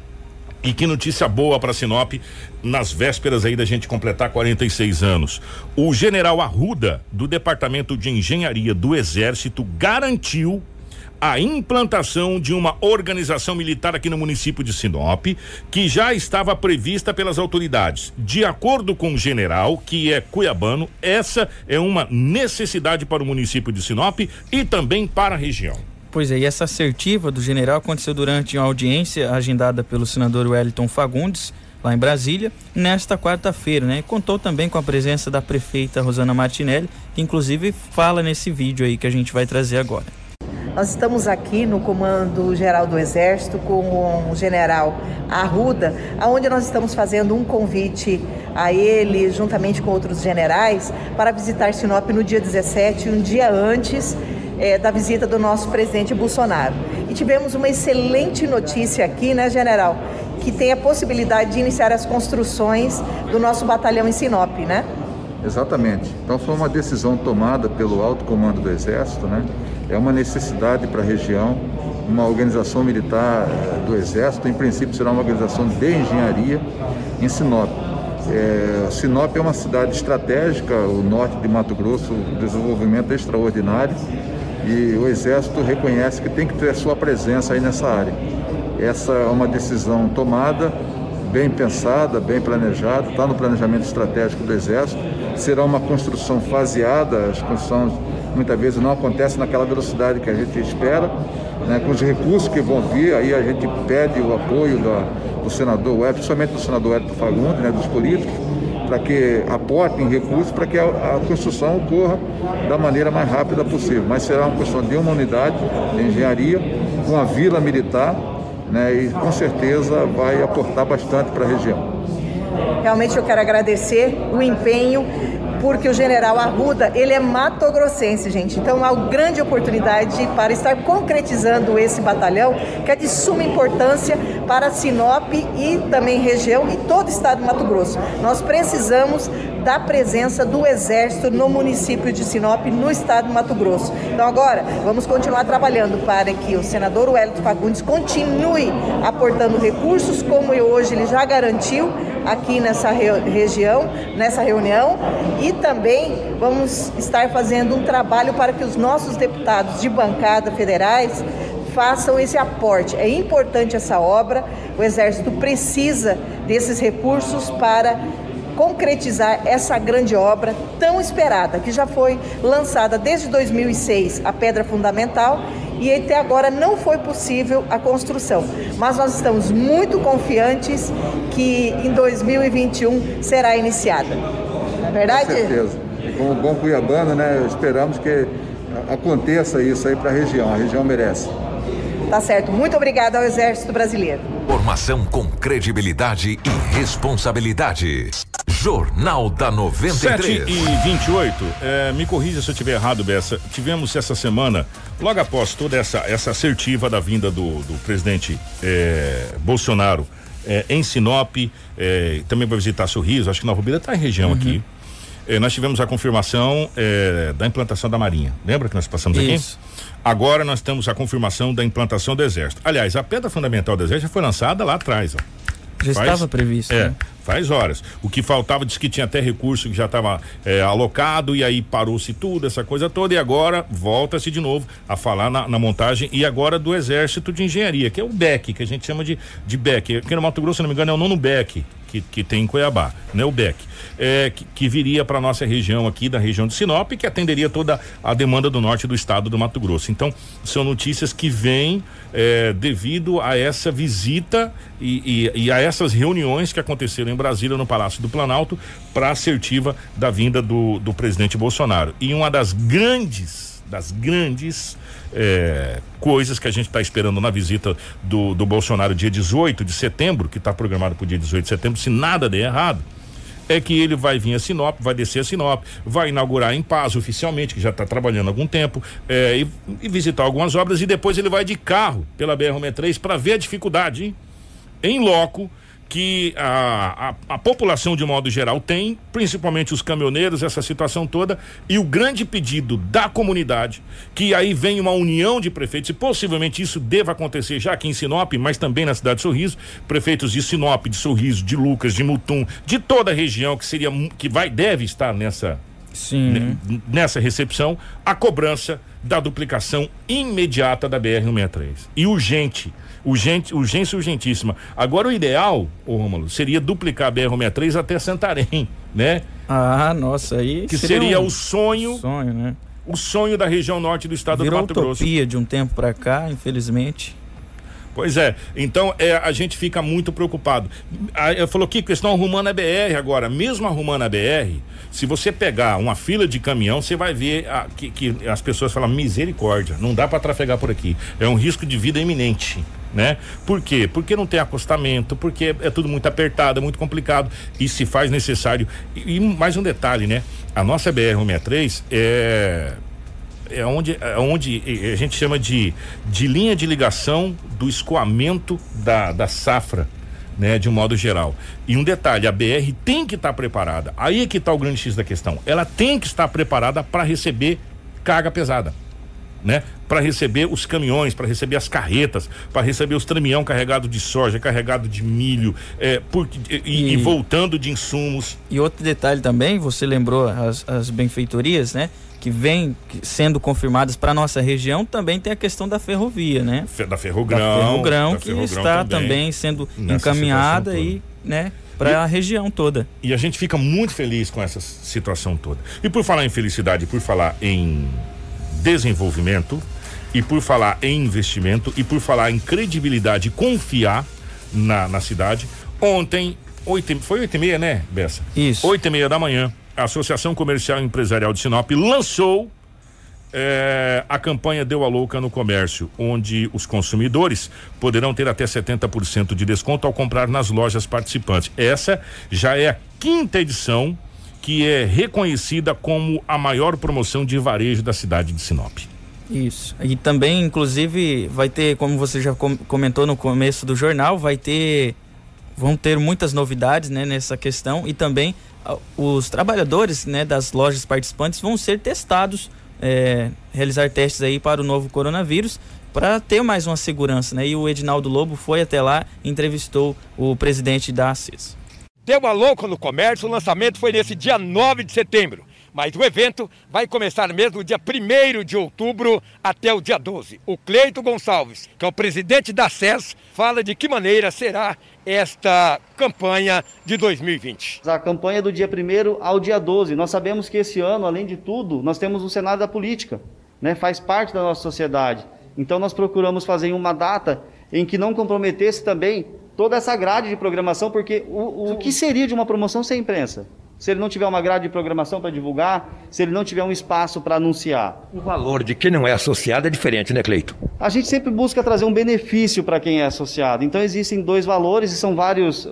e que notícia boa para Sinop nas vésperas aí da gente completar 46 anos. O general Arruda, do Departamento de Engenharia do Exército, garantiu a implantação de uma organização militar aqui no município de Sinop, que já estava prevista pelas autoridades. De acordo com o general, que é cuiabano, essa é uma necessidade para o município de Sinop e também para a região. Pois é, e essa assertiva do general aconteceu durante uma audiência agendada pelo senador Wellington Fagundes, lá em Brasília, nesta quarta-feira, né? E contou também com a presença da prefeita Rosana Martinelli, que inclusive fala nesse vídeo aí que a gente vai trazer agora. Nós estamos aqui no Comando Geral do Exército com o general Arruda, onde nós estamos fazendo um convite a ele, juntamente com outros generais, para visitar Sinop no dia 17, um dia antes da visita do nosso presidente Bolsonaro. E tivemos uma excelente notícia aqui, né, general? Que tem a possibilidade de iniciar as construções do nosso batalhão em Sinop, né? Exatamente. Então foi uma decisão tomada pelo alto comando do Exército, né? É uma necessidade para a região, uma organização militar do Exército, em princípio será uma organização de engenharia em Sinop. Sinop é uma cidade estratégica, o norte de Mato Grosso, o desenvolvimento é extraordinário e o Exército reconhece que tem que ter a sua presença aí nessa área. Essa é uma decisão tomada, bem pensada, bem planejada, está no planejamento estratégico do Exército. Será uma construção faseada, as construções muitas vezes não acontecem naquela velocidade que a gente espera, né? Com os recursos que vão vir, aí a gente pede o apoio do senador Wellington, principalmente do senador Wellington Fagundes, né? Dos políticos, para que aportem recursos para que a construção ocorra da maneira mais rápida possível. Mas será uma construção de uma unidade de engenharia com a vila militar, né? E com certeza vai aportar bastante para a região. Realmente eu quero agradecer o empenho, porque o general Arruda, ele é matogrossense, gente. Então, há uma grande oportunidade para estar concretizando esse batalhão, que é de suma importância para Sinop e também região e todo o estado do Mato Grosso. Nós precisamos da presença do Exército no município de Sinop, no estado do Mato Grosso. Então, agora, vamos continuar trabalhando para que o senador Wellington Fagundes continue aportando recursos, como hoje ele já garantiu aqui nessa região, nessa reunião, e também vamos estar fazendo um trabalho para que os nossos deputados de bancada federais façam esse aporte. É importante essa obra, o Exército precisa desses recursos para concretizar essa grande obra tão esperada, que já foi lançada desde 2006, a pedra fundamental, e até agora não foi possível a construção. Mas nós estamos muito confiantes que em 2021 será iniciada. Não é verdade? Com certeza. E como bom cuiabano, né, esperamos que aconteça isso aí para a região merece. Tá certo. Muito obrigada ao Exército Brasileiro. Informação com credibilidade e responsabilidade. Jornal da 93. 7h28. Me corrija se eu estiver errado, Bessa. Tivemos essa semana, logo após toda essa assertiva da vinda do presidente Bolsonaro em Sinop, também vai visitar Sorriso, acho que na Rubira está em região aqui. Nós tivemos a confirmação da implantação da Marinha. Lembra que nós passamos Isso. aqui? Agora nós temos a confirmação da implantação do Exército. Aliás, a pedra fundamental do Exército já foi lançada lá atrás. Já estava previsto. Né? Faz horas. O que faltava, disse que tinha até recurso que já estava alocado, e aí parou-se tudo, essa coisa toda, e agora volta-se de novo a falar na montagem, e agora do Exército de Engenharia, que é o BEC, que a gente chama de BEC. Aqui no Mato Grosso, se não me engano, é o nono BEC que tem em Cuiabá, né? O BEC. Que viria para nossa região aqui, da região de Sinop, que atenderia toda a demanda do norte do estado do Mato Grosso. Então, são notícias que vêm devido a essa visita e a essas reuniões que aconteceram em Brasília, no Palácio do Planalto, para a assertiva da vinda do presidente Bolsonaro. E uma das grandes coisas que a gente está esperando na visita do Bolsonaro dia 18 de setembro, que está programado para o dia 18 de setembro, se nada der errado, é que ele vai vir a Sinop, vai descer a Sinop, vai inaugurar em Paz oficialmente, que já está trabalhando há algum tempo, e visitar algumas obras, e depois ele vai de carro pela BR-63 para ver a dificuldade em loco que a população de modo geral tem, principalmente os caminhoneiros, essa situação toda, e o grande pedido da comunidade, que aí vem uma união de prefeitos, e possivelmente isso deva acontecer já aqui em Sinop, mas também na cidade de Sorriso, prefeitos de Sinop, de Sorriso, de Lucas, de Mutum, de toda a região deve estar nessa recepção, a cobrança da duplicação imediata da BR-163. E urgência urgentíssima. Agora o ideal, Rômulo, seria duplicar a BR-163 até Santarém, né? Nossa, aí que seria o sonho, né? O sonho da região norte do estado do Mato Grosso. Virou utopia de um tempo para cá, infelizmente. Pois é, então a gente fica muito preocupado. Falou que estão arrumando a BR agora. Mesmo arrumando a BR, se você pegar uma fila de caminhão, você vai ver que as pessoas falam: misericórdia, não dá para trafegar por aqui. É um risco de vida iminente, né? Por quê? Porque não tem acostamento, porque é tudo muito apertado, é muito complicado, e se faz necessário. E mais um detalhe, né? A nossa BR-163 é onde a gente chama de linha de ligação do escoamento da safra, né, de um modo geral. E um detalhe, a BR tem que estar preparada. Aí é que está o grande X da questão. Ela tem que estar preparada para receber carga pesada, né? Para receber os caminhões, para receber as carretas, para receber os caminhões carregados de soja, carregado de milho, e voltando de insumos. E outro detalhe também, você lembrou as benfeitorias, né? Que vem sendo confirmadas para nossa região, também tem a questão da ferrovia, né? Da Ferrogrão, que está também sendo encaminhada e, né, para a região toda. E a gente fica muito feliz com essa situação toda. E por falar em felicidade, por falar em desenvolvimento, e por falar em investimento, e por falar em credibilidade e confiar na cidade, ontem, foi 8h30, né, Bessa? Isso. 8h30 da manhã, a Associação Comercial e Empresarial de Sinop lançou a campanha Deu a Louca no Comércio, onde os consumidores poderão ter até 70% de desconto ao comprar nas lojas participantes. Essa já é a 5ª edição, que é reconhecida como a maior promoção de varejo da cidade de Sinop. Isso. E também, inclusive, vai ter, como você já comentou no começo do jornal, vão ter muitas novidades, né, nessa questão, e também os trabalhadores, né, das lojas participantes vão ser testados, realizar testes aí para o novo coronavírus, para ter mais uma segurança, né? E o Edinaldo Lobo foi até lá e entrevistou o presidente da ACES. Deu a louca no comércio, o lançamento foi nesse dia 9 de setembro, mas o evento vai começar mesmo no dia 1º de outubro até o dia 12. O Cleito Gonçalves, que é o presidente da ACES, fala de que maneira será esta campanha de 2020. A campanha do dia 1º ao dia 12. Nós sabemos que esse ano, além de tudo, nós temos um cenário da política, né? Faz parte da nossa sociedade. Então nós procuramos fazer uma data em que não comprometesse também toda essa grade de programação, porque o que seria de uma promoção sem imprensa? Se ele não tiver uma grade de programação para divulgar, se ele não tiver um espaço para anunciar. O valor de quem não é associado é diferente, né, Cleito? A gente sempre busca trazer um benefício para quem é associado. Então, existem 2 valores e são vários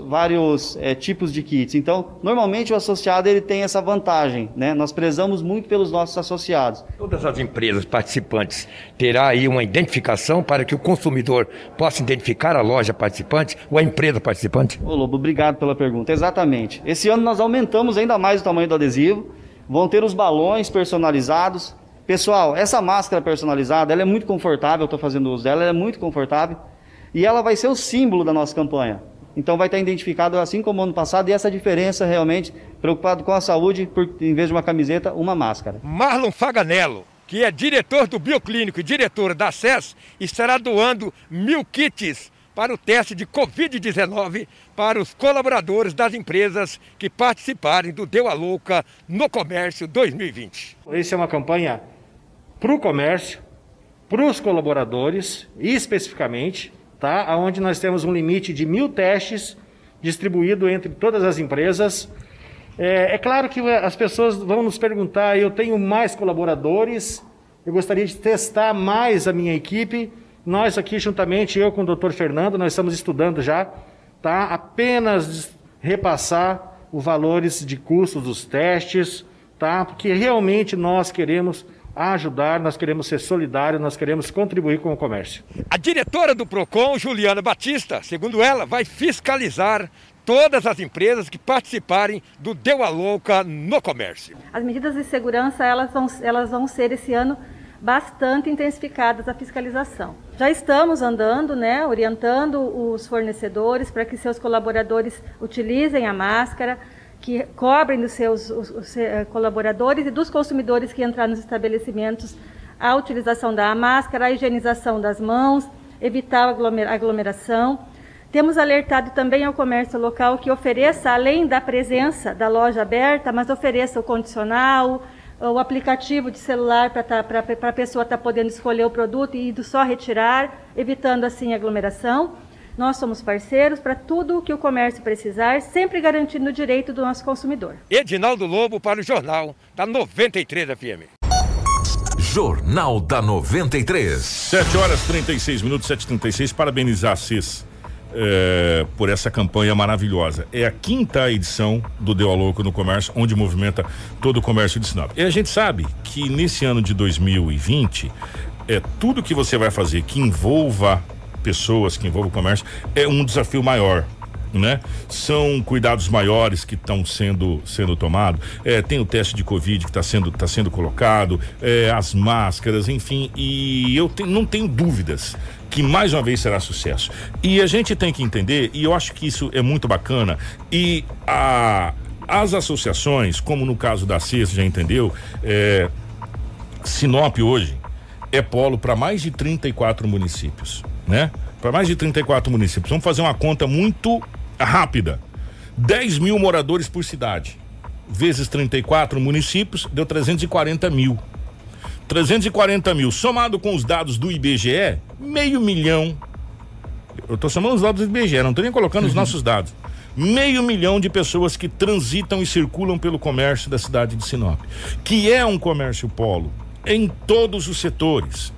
tipos de kits. Então, normalmente o associado ele tem essa vantagem, né? Nós prezamos muito pelos nossos associados. Todas as empresas participantes terá aí uma identificação para que o consumidor possa identificar a loja participante ou a empresa participante? Ô Lobo, obrigado pela pergunta. Exatamente. Esse ano nós aumentamos ainda mais o tamanho do adesivo. Vão ter os balões personalizados. Pessoal, essa máscara personalizada, ela é muito confortável, eu estou fazendo uso dela, ela é muito confortável e ela vai ser o símbolo da nossa campanha. Então vai estar identificado assim como ano passado e essa diferença realmente, preocupado com a saúde, em vez de uma camiseta, uma máscara. Marlon Faganello, que é diretor do Bioclínico e diretor da SES, estará doando 1000 kits para o teste de Covid-19 para os colaboradores das empresas que participarem do Deu a Louca no Comércio 2020. Essa é uma campanha para o comércio, para os colaboradores, especificamente, tá? Onde nós temos um limite de 1000 testes distribuído entre todas as empresas. É claro que as pessoas vão nos perguntar, eu tenho mais colaboradores, eu gostaria de testar mais a minha equipe. Nós aqui, juntamente, eu com o Dr. Fernando, nós estamos estudando já, tá? Apenas repassar os valores de custos dos testes, tá? Porque realmente nós queremos ajudar, nós queremos ser solidários, nós queremos contribuir com o comércio. A diretora do Procon, Juliana Batista, segundo ela, vai fiscalizar todas as empresas que participarem do Deu a Louca no Comércio. As medidas de segurança, elas vão ser esse ano bastante intensificadas a fiscalização. Já estamos andando, né, orientando os fornecedores para que seus colaboradores utilizem a máscara, que cobrem dos seus colaboradores e dos consumidores que entrarem nos estabelecimentos a utilização da máscara, a higienização das mãos, evitar a aglomeração. Temos alertado também ao comércio local que ofereça, além da presença da loja aberta, mas ofereça o condicional, o aplicativo de celular para a pessoa estar podendo escolher o produto e só retirar, evitando assim a aglomeração. Nós somos parceiros para tudo o que o comércio precisar, sempre garantindo o direito do nosso consumidor. Edinaldo Lobo para o Jornal da 93 FM. Jornal da 93. 7h36, 7h36. Parabenizar a CES por essa campanha maravilhosa. É a 5ª edição do Deu a Louco no Comércio, onde movimenta todo o comércio de Sinop. E a gente sabe que nesse ano de 2020, tudo que você vai fazer que envolva pessoas, que envolva o comércio, é um desafio maior, né? São cuidados maiores que estão sendo tomados, tem o teste de Covid que está sendo colocado, as máscaras, enfim, e eu não tenho dúvidas que mais uma vez será sucesso. E a gente tem que entender, e eu acho que isso é muito bacana, e as associações, como no caso da CES, já entendeu, Sinop hoje é polo para mais de 34 municípios, né? Para mais de 34 municípios. Vamos fazer uma conta muito rápida. 10 mil moradores por cidade, vezes 34 municípios, deu 340 mil. 340 mil, somado com os dados do IBGE, 500 mil. Eu estou somando os dados do IBGE, não estou nem colocando os nossos dados. 500 mil de pessoas que transitam e circulam pelo comércio da cidade de Sinop, que é um comércio polo em todos os setores,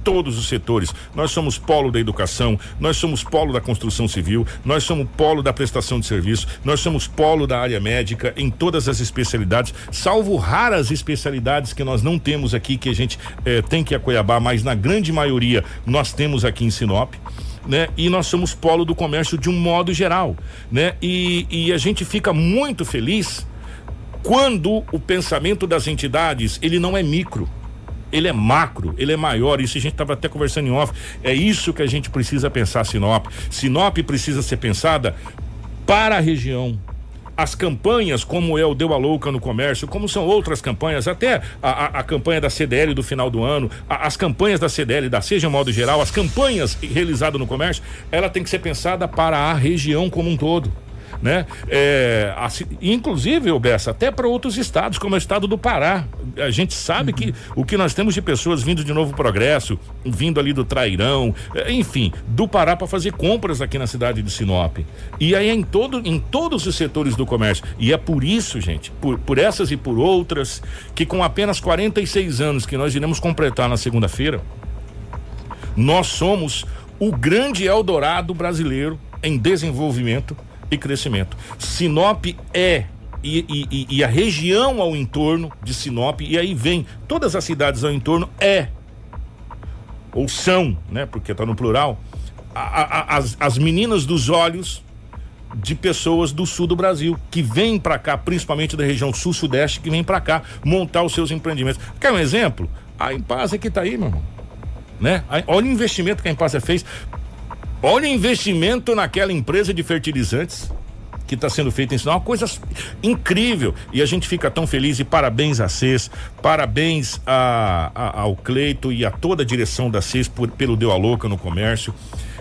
Nós somos polo da educação, nós somos polo da construção civil, nós somos polo da prestação de serviço, nós somos polo da área médica em todas as especialidades, salvo raras especialidades que nós não temos aqui, que a gente tem que ir a Cuiabá, mas na grande maioria nós temos aqui em Sinop, né? E nós somos polo do comércio de um modo geral, né? E a gente fica muito feliz quando o pensamento das entidades, ele não é micro, ele é macro, ele é maior. Isso a gente estava até conversando em off. É isso que a gente precisa pensar. Sinop precisa ser pensada para a região. As campanhas, como é o Deu a Louca no Comércio, como são outras campanhas, até a campanha da CDL do final do ano, as campanhas da CDL, da Seja modo geral, as campanhas realizadas no comércio, ela tem que ser pensada para a região como um todo, né? Inclusive, Bessa, até para outros estados, como é o estado do Pará. A gente sabe que o que nós temos de pessoas vindo de Novo Progresso, vindo ali do Trairão, enfim, do Pará para fazer compras aqui na cidade de Sinop. E aí em todos os setores do comércio. E é por isso, gente, por essas e por outras, que com apenas 46 anos que nós iremos completar na segunda-feira, Nós somos o grande Eldorado brasileiro em desenvolvimento e crescimento. Sinop é e a região ao entorno de Sinop, e aí vem todas as cidades ao entorno, ou são, né, porque está no plural, as meninas dos olhos de pessoas do sul do Brasil, que vêm para cá, principalmente da região sul-sudeste, que vêm para cá montar os seus empreendimentos. Quer um exemplo? A Impasa que está aí, meu irmão, né? Olha o investimento que a Impasa fez, olha o investimento naquela empresa de fertilizantes que está sendo feito em Sinop, uma coisa incrível, e a gente fica tão feliz, e parabéns à CES, parabéns ao Cleito e a toda a direção da CES pelo Deu a Louca no comércio.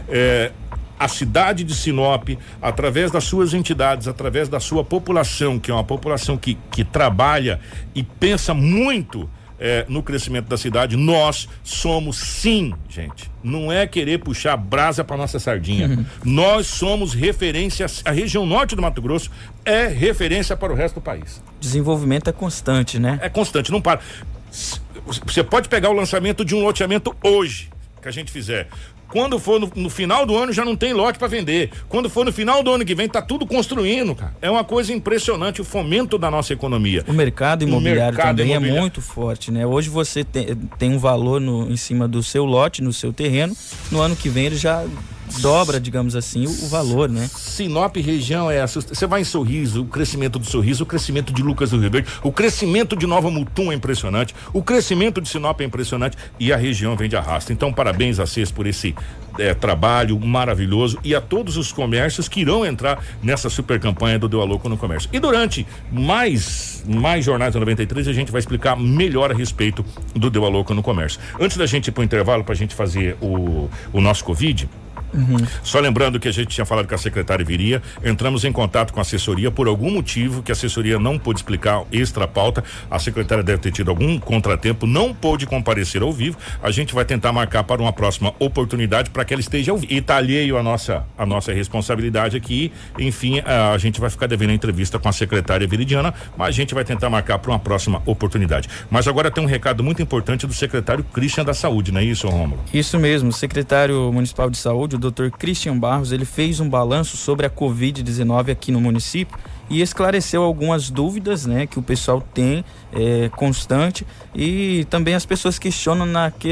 A cidade de Sinop, através das suas entidades, através da sua população, que é uma população que trabalha e pensa muito no crescimento da cidade, nós somos, sim, gente, não é querer puxar brasa para nossa sardinha, nós somos referência, a região norte do Mato Grosso é referência para o resto do país. Desenvolvimento é constante, né? É constante, não para. Você pode pegar o lançamento de um loteamento hoje, que a gente fizer. Quando for no final do ano já não tem lote para vender. Quando for no final do ano que vem tá tudo construindo, cara. É uma coisa impressionante o fomento da nossa economia. O mercado imobiliário também é muito forte, né? Hoje você tem um valor em cima do seu lote, no seu terreno. No ano que vem ele já dobra, digamos assim, o valor, né? Sinop região você vai em Sorriso, o crescimento do Sorriso, o crescimento de Lucas do Rio Verde, o crescimento de Nova Mutum é impressionante, o crescimento de Sinop é impressionante, e a região vem de arrasto. Então parabéns a vocês por esse trabalho maravilhoso, e a todos os comércios que irão entrar nessa super campanha do Deu a Louco no Comércio. E durante mais jornais da 93 a gente vai explicar melhor a respeito do Deu a Louco no Comércio. Antes da gente ir pro intervalo pra gente fazer o nosso Covid, só lembrando que a gente tinha falado que a secretária viria, entramos em contato com a assessoria, por algum motivo que a assessoria não pôde explicar, extra pauta, a secretária deve ter tido algum contratempo, não pôde comparecer ao vivo. A gente vai tentar marcar para uma próxima oportunidade para que ela esteja ao vivo, e tá alheio a nossa responsabilidade aqui. Enfim, a gente vai ficar devendo a entrevista com a secretária Veridiana, mas a gente vai tentar marcar para uma próxima oportunidade. Mas agora tem um recado muito importante do secretário Christian da Saúde, não é isso, Rômulo? Isso mesmo, o secretário municipal de saúde, o Dr. Christian Barros, ele fez um balanço sobre a Covid-19 aqui no município e esclareceu algumas dúvidas, né, que o pessoal tem constante, e também as pessoas questionam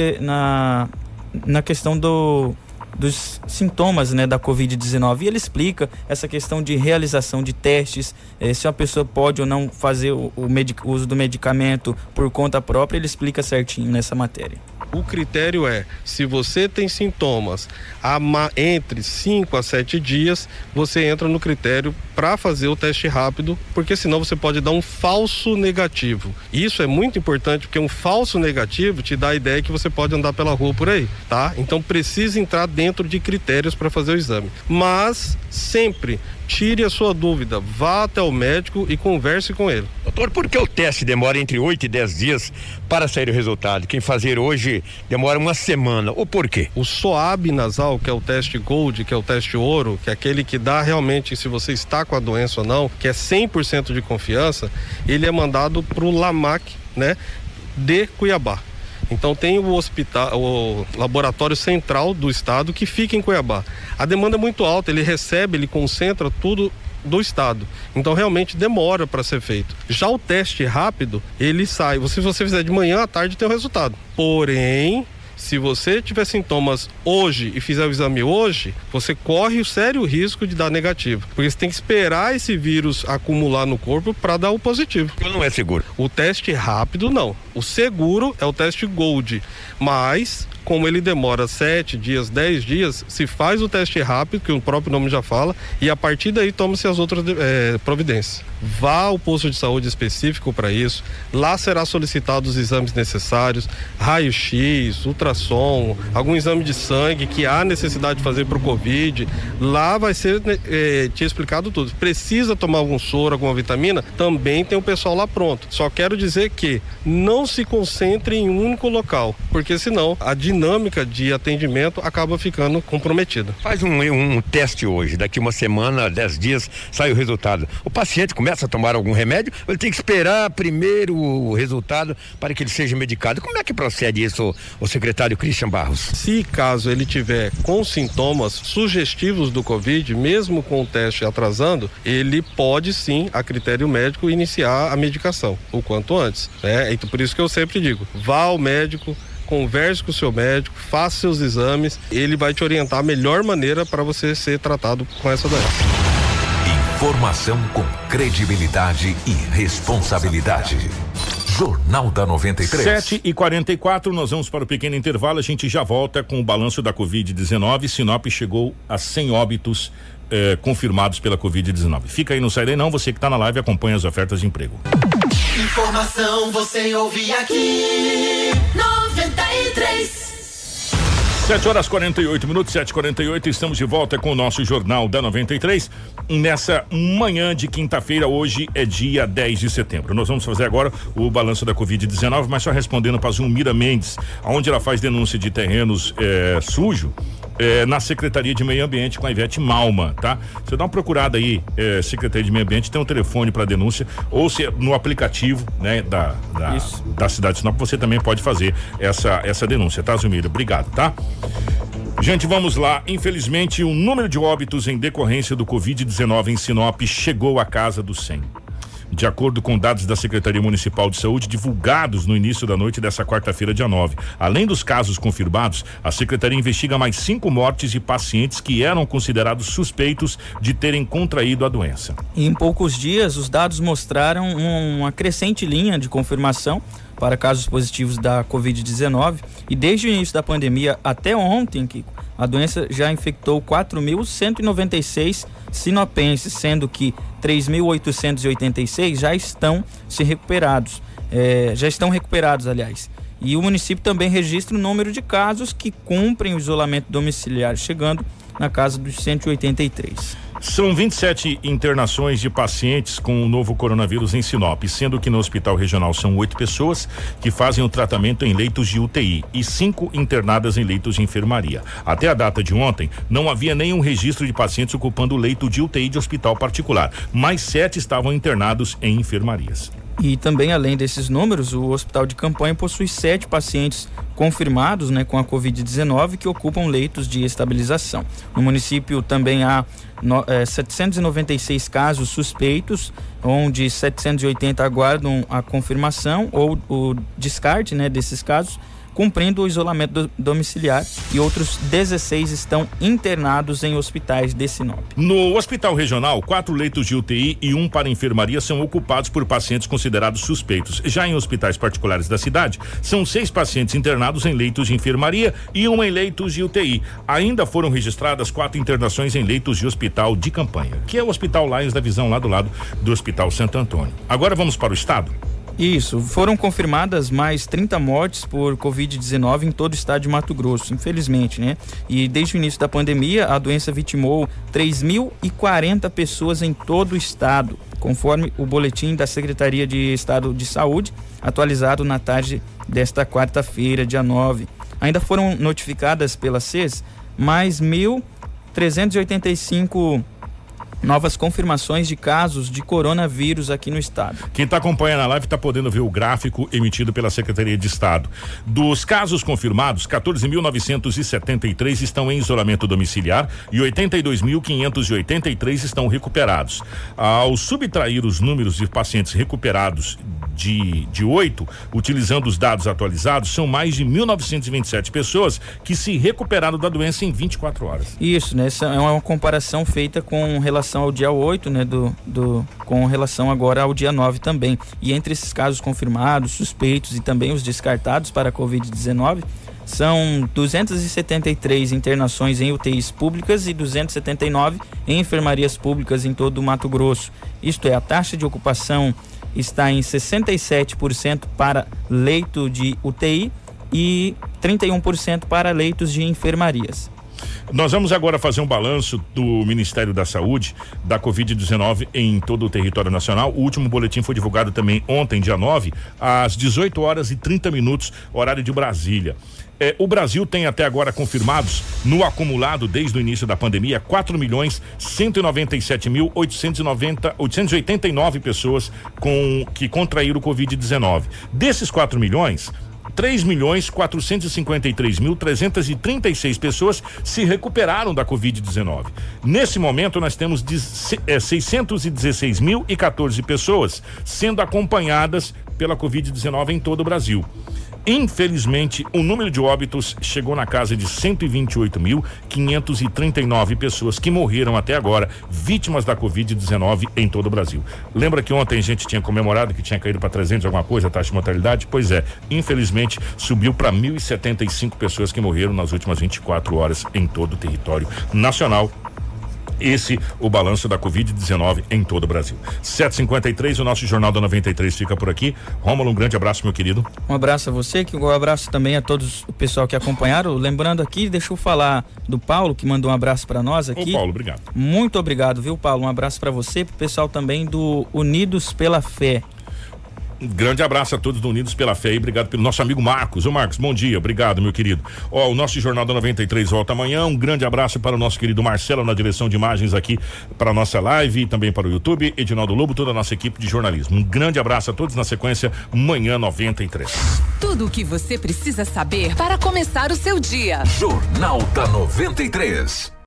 na questão dos sintomas, né, da Covid-19, e ele explica essa questão de realização de testes, se a pessoa pode ou não fazer o uso do medicamento por conta própria. Ele explica certinho nessa matéria. O critério é, se você tem sintomas entre 5 a 7 dias, você entra no critério para fazer o teste rápido, porque senão você pode dar um falso negativo. Isso é muito importante, porque um falso negativo te dá a ideia que você pode andar pela rua por aí, tá? Então precisa entrar dentro de critérios para fazer o exame. Mas sempre tire a sua dúvida, vá até o médico e converse com ele. Doutor, por que o teste demora entre 8 e 10 dias para sair o resultado? Quem fazer hoje demora uma semana, ou por quê? O SWAB nasal, que é o teste Gold, que é o teste ouro, que é aquele que dá realmente se você está com a doença ou não, que é 100% de confiança, ele é mandado para o LAMAC, né, de Cuiabá. Então tem o laboratório central do estado que fica em Cuiabá. A demanda é muito alta, ele concentra tudo do estado. Então realmente demora para ser feito. Já o teste rápido, ele sai. Se você fizer de manhã, à tarde tem o resultado. Porém, se você tiver sintomas hoje e fizer o exame hoje, você corre o sério risco de dar negativo. Porque você tem que esperar esse vírus acumular no corpo para dar o positivo. Então não é seguro? O teste rápido não. O seguro é o teste Gold. Mas, como ele demora 7 dias, 10 dias, se faz o teste rápido, que o próprio nome já fala, e a partir daí toma-se as outras providências. Vá ao posto de saúde específico para isso. Lá será solicitado os exames necessários, raio-x, ultrassom, algum exame de sangue que há necessidade de fazer para o Covid. Lá vai ser te explicado tudo. Precisa tomar algum soro, alguma vitamina? Também tem o pessoal lá pronto. Só quero dizer que não não se concentre em um único local, porque senão a dinâmica de atendimento acaba ficando comprometida. Faz um teste hoje, daqui uma semana, 10 dias, sai o resultado. O paciente começa a tomar algum remédio, ou ele tem que esperar primeiro o resultado para que ele seja medicado? Como é que procede isso, o secretário Christian Barros? Se caso ele tiver com sintomas sugestivos do Covid, mesmo com o teste atrasando, ele pode sim, a critério médico, iniciar a medicação o quanto antes, né? Então, por isso que eu sempre digo, vá ao médico, converse com o seu médico, faça seus exames, ele vai te orientar a melhor maneira para você ser tratado com essa doença. Informação com credibilidade e responsabilidade. Jornal da 93. 7h44, nós vamos para o pequeno intervalo, a gente já volta com o balanço da Covid-19. Sinop chegou a 100 óbitos confirmados pela Covid-19. Fica aí, não sai daí não, você que está na live acompanha as ofertas de emprego. Informação você ouve aqui, 93. 7h48, 7h48, estamos de volta com o nosso Jornal da 93. Nessa manhã de quinta-feira, hoje é dia 10 de setembro. Nós vamos fazer agora o balanço da Covid-19, mas só respondendo para a Zulmira Mendes, onde ela faz denúncia de terrenos sujos. Na Secretaria de Meio Ambiente com a Ivete Malma, tá? Você dá uma procurada aí, Secretaria de Meio Ambiente, tem um telefone para denúncia, ou se no aplicativo, né, da cidade de Sinop, você também pode fazer essa denúncia, tá, Zulmira? Obrigado, tá? Gente, vamos lá. Infelizmente, o número de óbitos em decorrência do Covid-19 em Sinop chegou à casa dos 100. De acordo com dados da Secretaria Municipal de Saúde divulgados no início da noite dessa quarta-feira, dia 9. Além dos casos confirmados, a Secretaria investiga mais 5 mortes de pacientes que eram considerados suspeitos de terem contraído a doença. Em poucos dias, os dados mostraram uma crescente linha de confirmação para casos positivos da Covid-19 e desde o início da pandemia até ontem, Kiko, a doença já infectou 4.196 sinopenses, sendo que 3.886 já estão recuperados, aliás. E o município também registra o número de casos que cumprem o isolamento domiciliar, chegando na casa dos 183. São 27 internações de pacientes com o novo coronavírus em Sinop, sendo que no hospital regional são 8 pessoas que fazem o tratamento em leitos de UTI e 5 internadas em leitos de enfermaria. Até a data de ontem, não havia nenhum registro de pacientes ocupando o leito de UTI de hospital particular, mas 7 estavam internados em enfermarias. E também, além desses números, o hospital de campanha possui 7 pacientes confirmados, né, com a Covid-19 que ocupam leitos de estabilização. No município também há 796 casos suspeitos, onde 780 aguardam a confirmação ou o descarte, né, desses casos, cumprindo o isolamento domiciliar, e outros 16 estão internados em hospitais de Sinop. No hospital regional, 4 leitos de UTI e 1 para enfermaria são ocupados por pacientes considerados suspeitos. Já em hospitais particulares da cidade, são 6 pacientes internados em leitos de enfermaria e 1 em leitos de UTI. Ainda foram registradas 4 internações em leitos de hospital de campanha, que é o Hospital Lions da Visão, lá do lado do Hospital Santo Antônio. Agora vamos para o estado? Isso, foram confirmadas mais 30 mortes por Covid-19 em todo o estado de Mato Grosso, infelizmente, né? E desde o início da pandemia, a doença vitimou 3.040 pessoas em todo o estado, conforme o boletim da Secretaria de Estado de Saúde, atualizado na tarde desta quarta-feira, dia 9. Ainda foram notificadas pela SES mais 1.385 novas confirmações de casos de coronavírus aqui no estado. Quem está acompanhando a live está podendo ver o gráfico emitido pela Secretaria de Estado. Dos casos confirmados, 14.973 estão em isolamento domiciliar e 82.583 estão recuperados. Ao subtrair os números de pacientes recuperados de 8, utilizando os dados atualizados, são mais de 1.927 pessoas que se recuperaram da doença em 24 horas. Isso, né? Essa é uma comparação feita com relação ao dia 8, né? Com relação agora ao dia 9 também. E entre esses casos confirmados, suspeitos e também os descartados para a Covid-19, são 273 internações em UTIs públicas e 279 em enfermarias públicas em todo o Mato Grosso. Isto é, a taxa de ocupação está em 67% para leito de UTI e 31% para leitos de enfermarias. Nós vamos agora fazer um balanço do Ministério da Saúde da Covid-19 em todo o território nacional. O último boletim foi divulgado também ontem, dia 9, às 18h30, horário de Brasília. O Brasil tem até agora confirmados, no acumulado desde o início da pandemia, 4.197.889 pessoas que contraíram o Covid-19. Desses 4 milhões, 3.453.336 pessoas se recuperaram da Covid-19. Nesse momento, nós temos 616.014 pessoas sendo acompanhadas pela Covid-19 em todo o Brasil. Infelizmente, o número de óbitos chegou na casa de 128.539 pessoas que morreram até agora, vítimas da Covid-19 em todo o Brasil. Lembra que ontem a gente tinha comemorado que tinha caído para 300 alguma coisa a taxa de mortalidade? Pois é, infelizmente subiu para 1.075 pessoas que morreram nas últimas 24 horas em todo o território nacional. Esse o balanço da Covid-19 em todo o Brasil. 7h53, o nosso Jornal da 93 fica por aqui. Rômulo, um grande abraço, meu querido. Um abraço a você, um abraço também a todos o pessoal que acompanharam. Lembrando aqui, deixa eu falar do Paulo, que mandou um abraço para nós aqui. Ô Paulo, obrigado. Muito obrigado, viu, Paulo? Um abraço para você, pro pessoal também do Unidos pela Fé. Um grande abraço a todos do Unidos pela Fé e obrigado pelo nosso amigo Marcos. Ô Marcos, bom dia, obrigado, meu querido. O nosso Jornal da 93 volta amanhã. Um grande abraço para o nosso querido Marcelo na direção de imagens aqui para a nossa live e também para o YouTube, Edinaldo Lobo, toda a nossa equipe de jornalismo. Um grande abraço a todos, na sequência, Manhã 93. Tudo o que você precisa saber para começar o seu dia. Jornal da 93.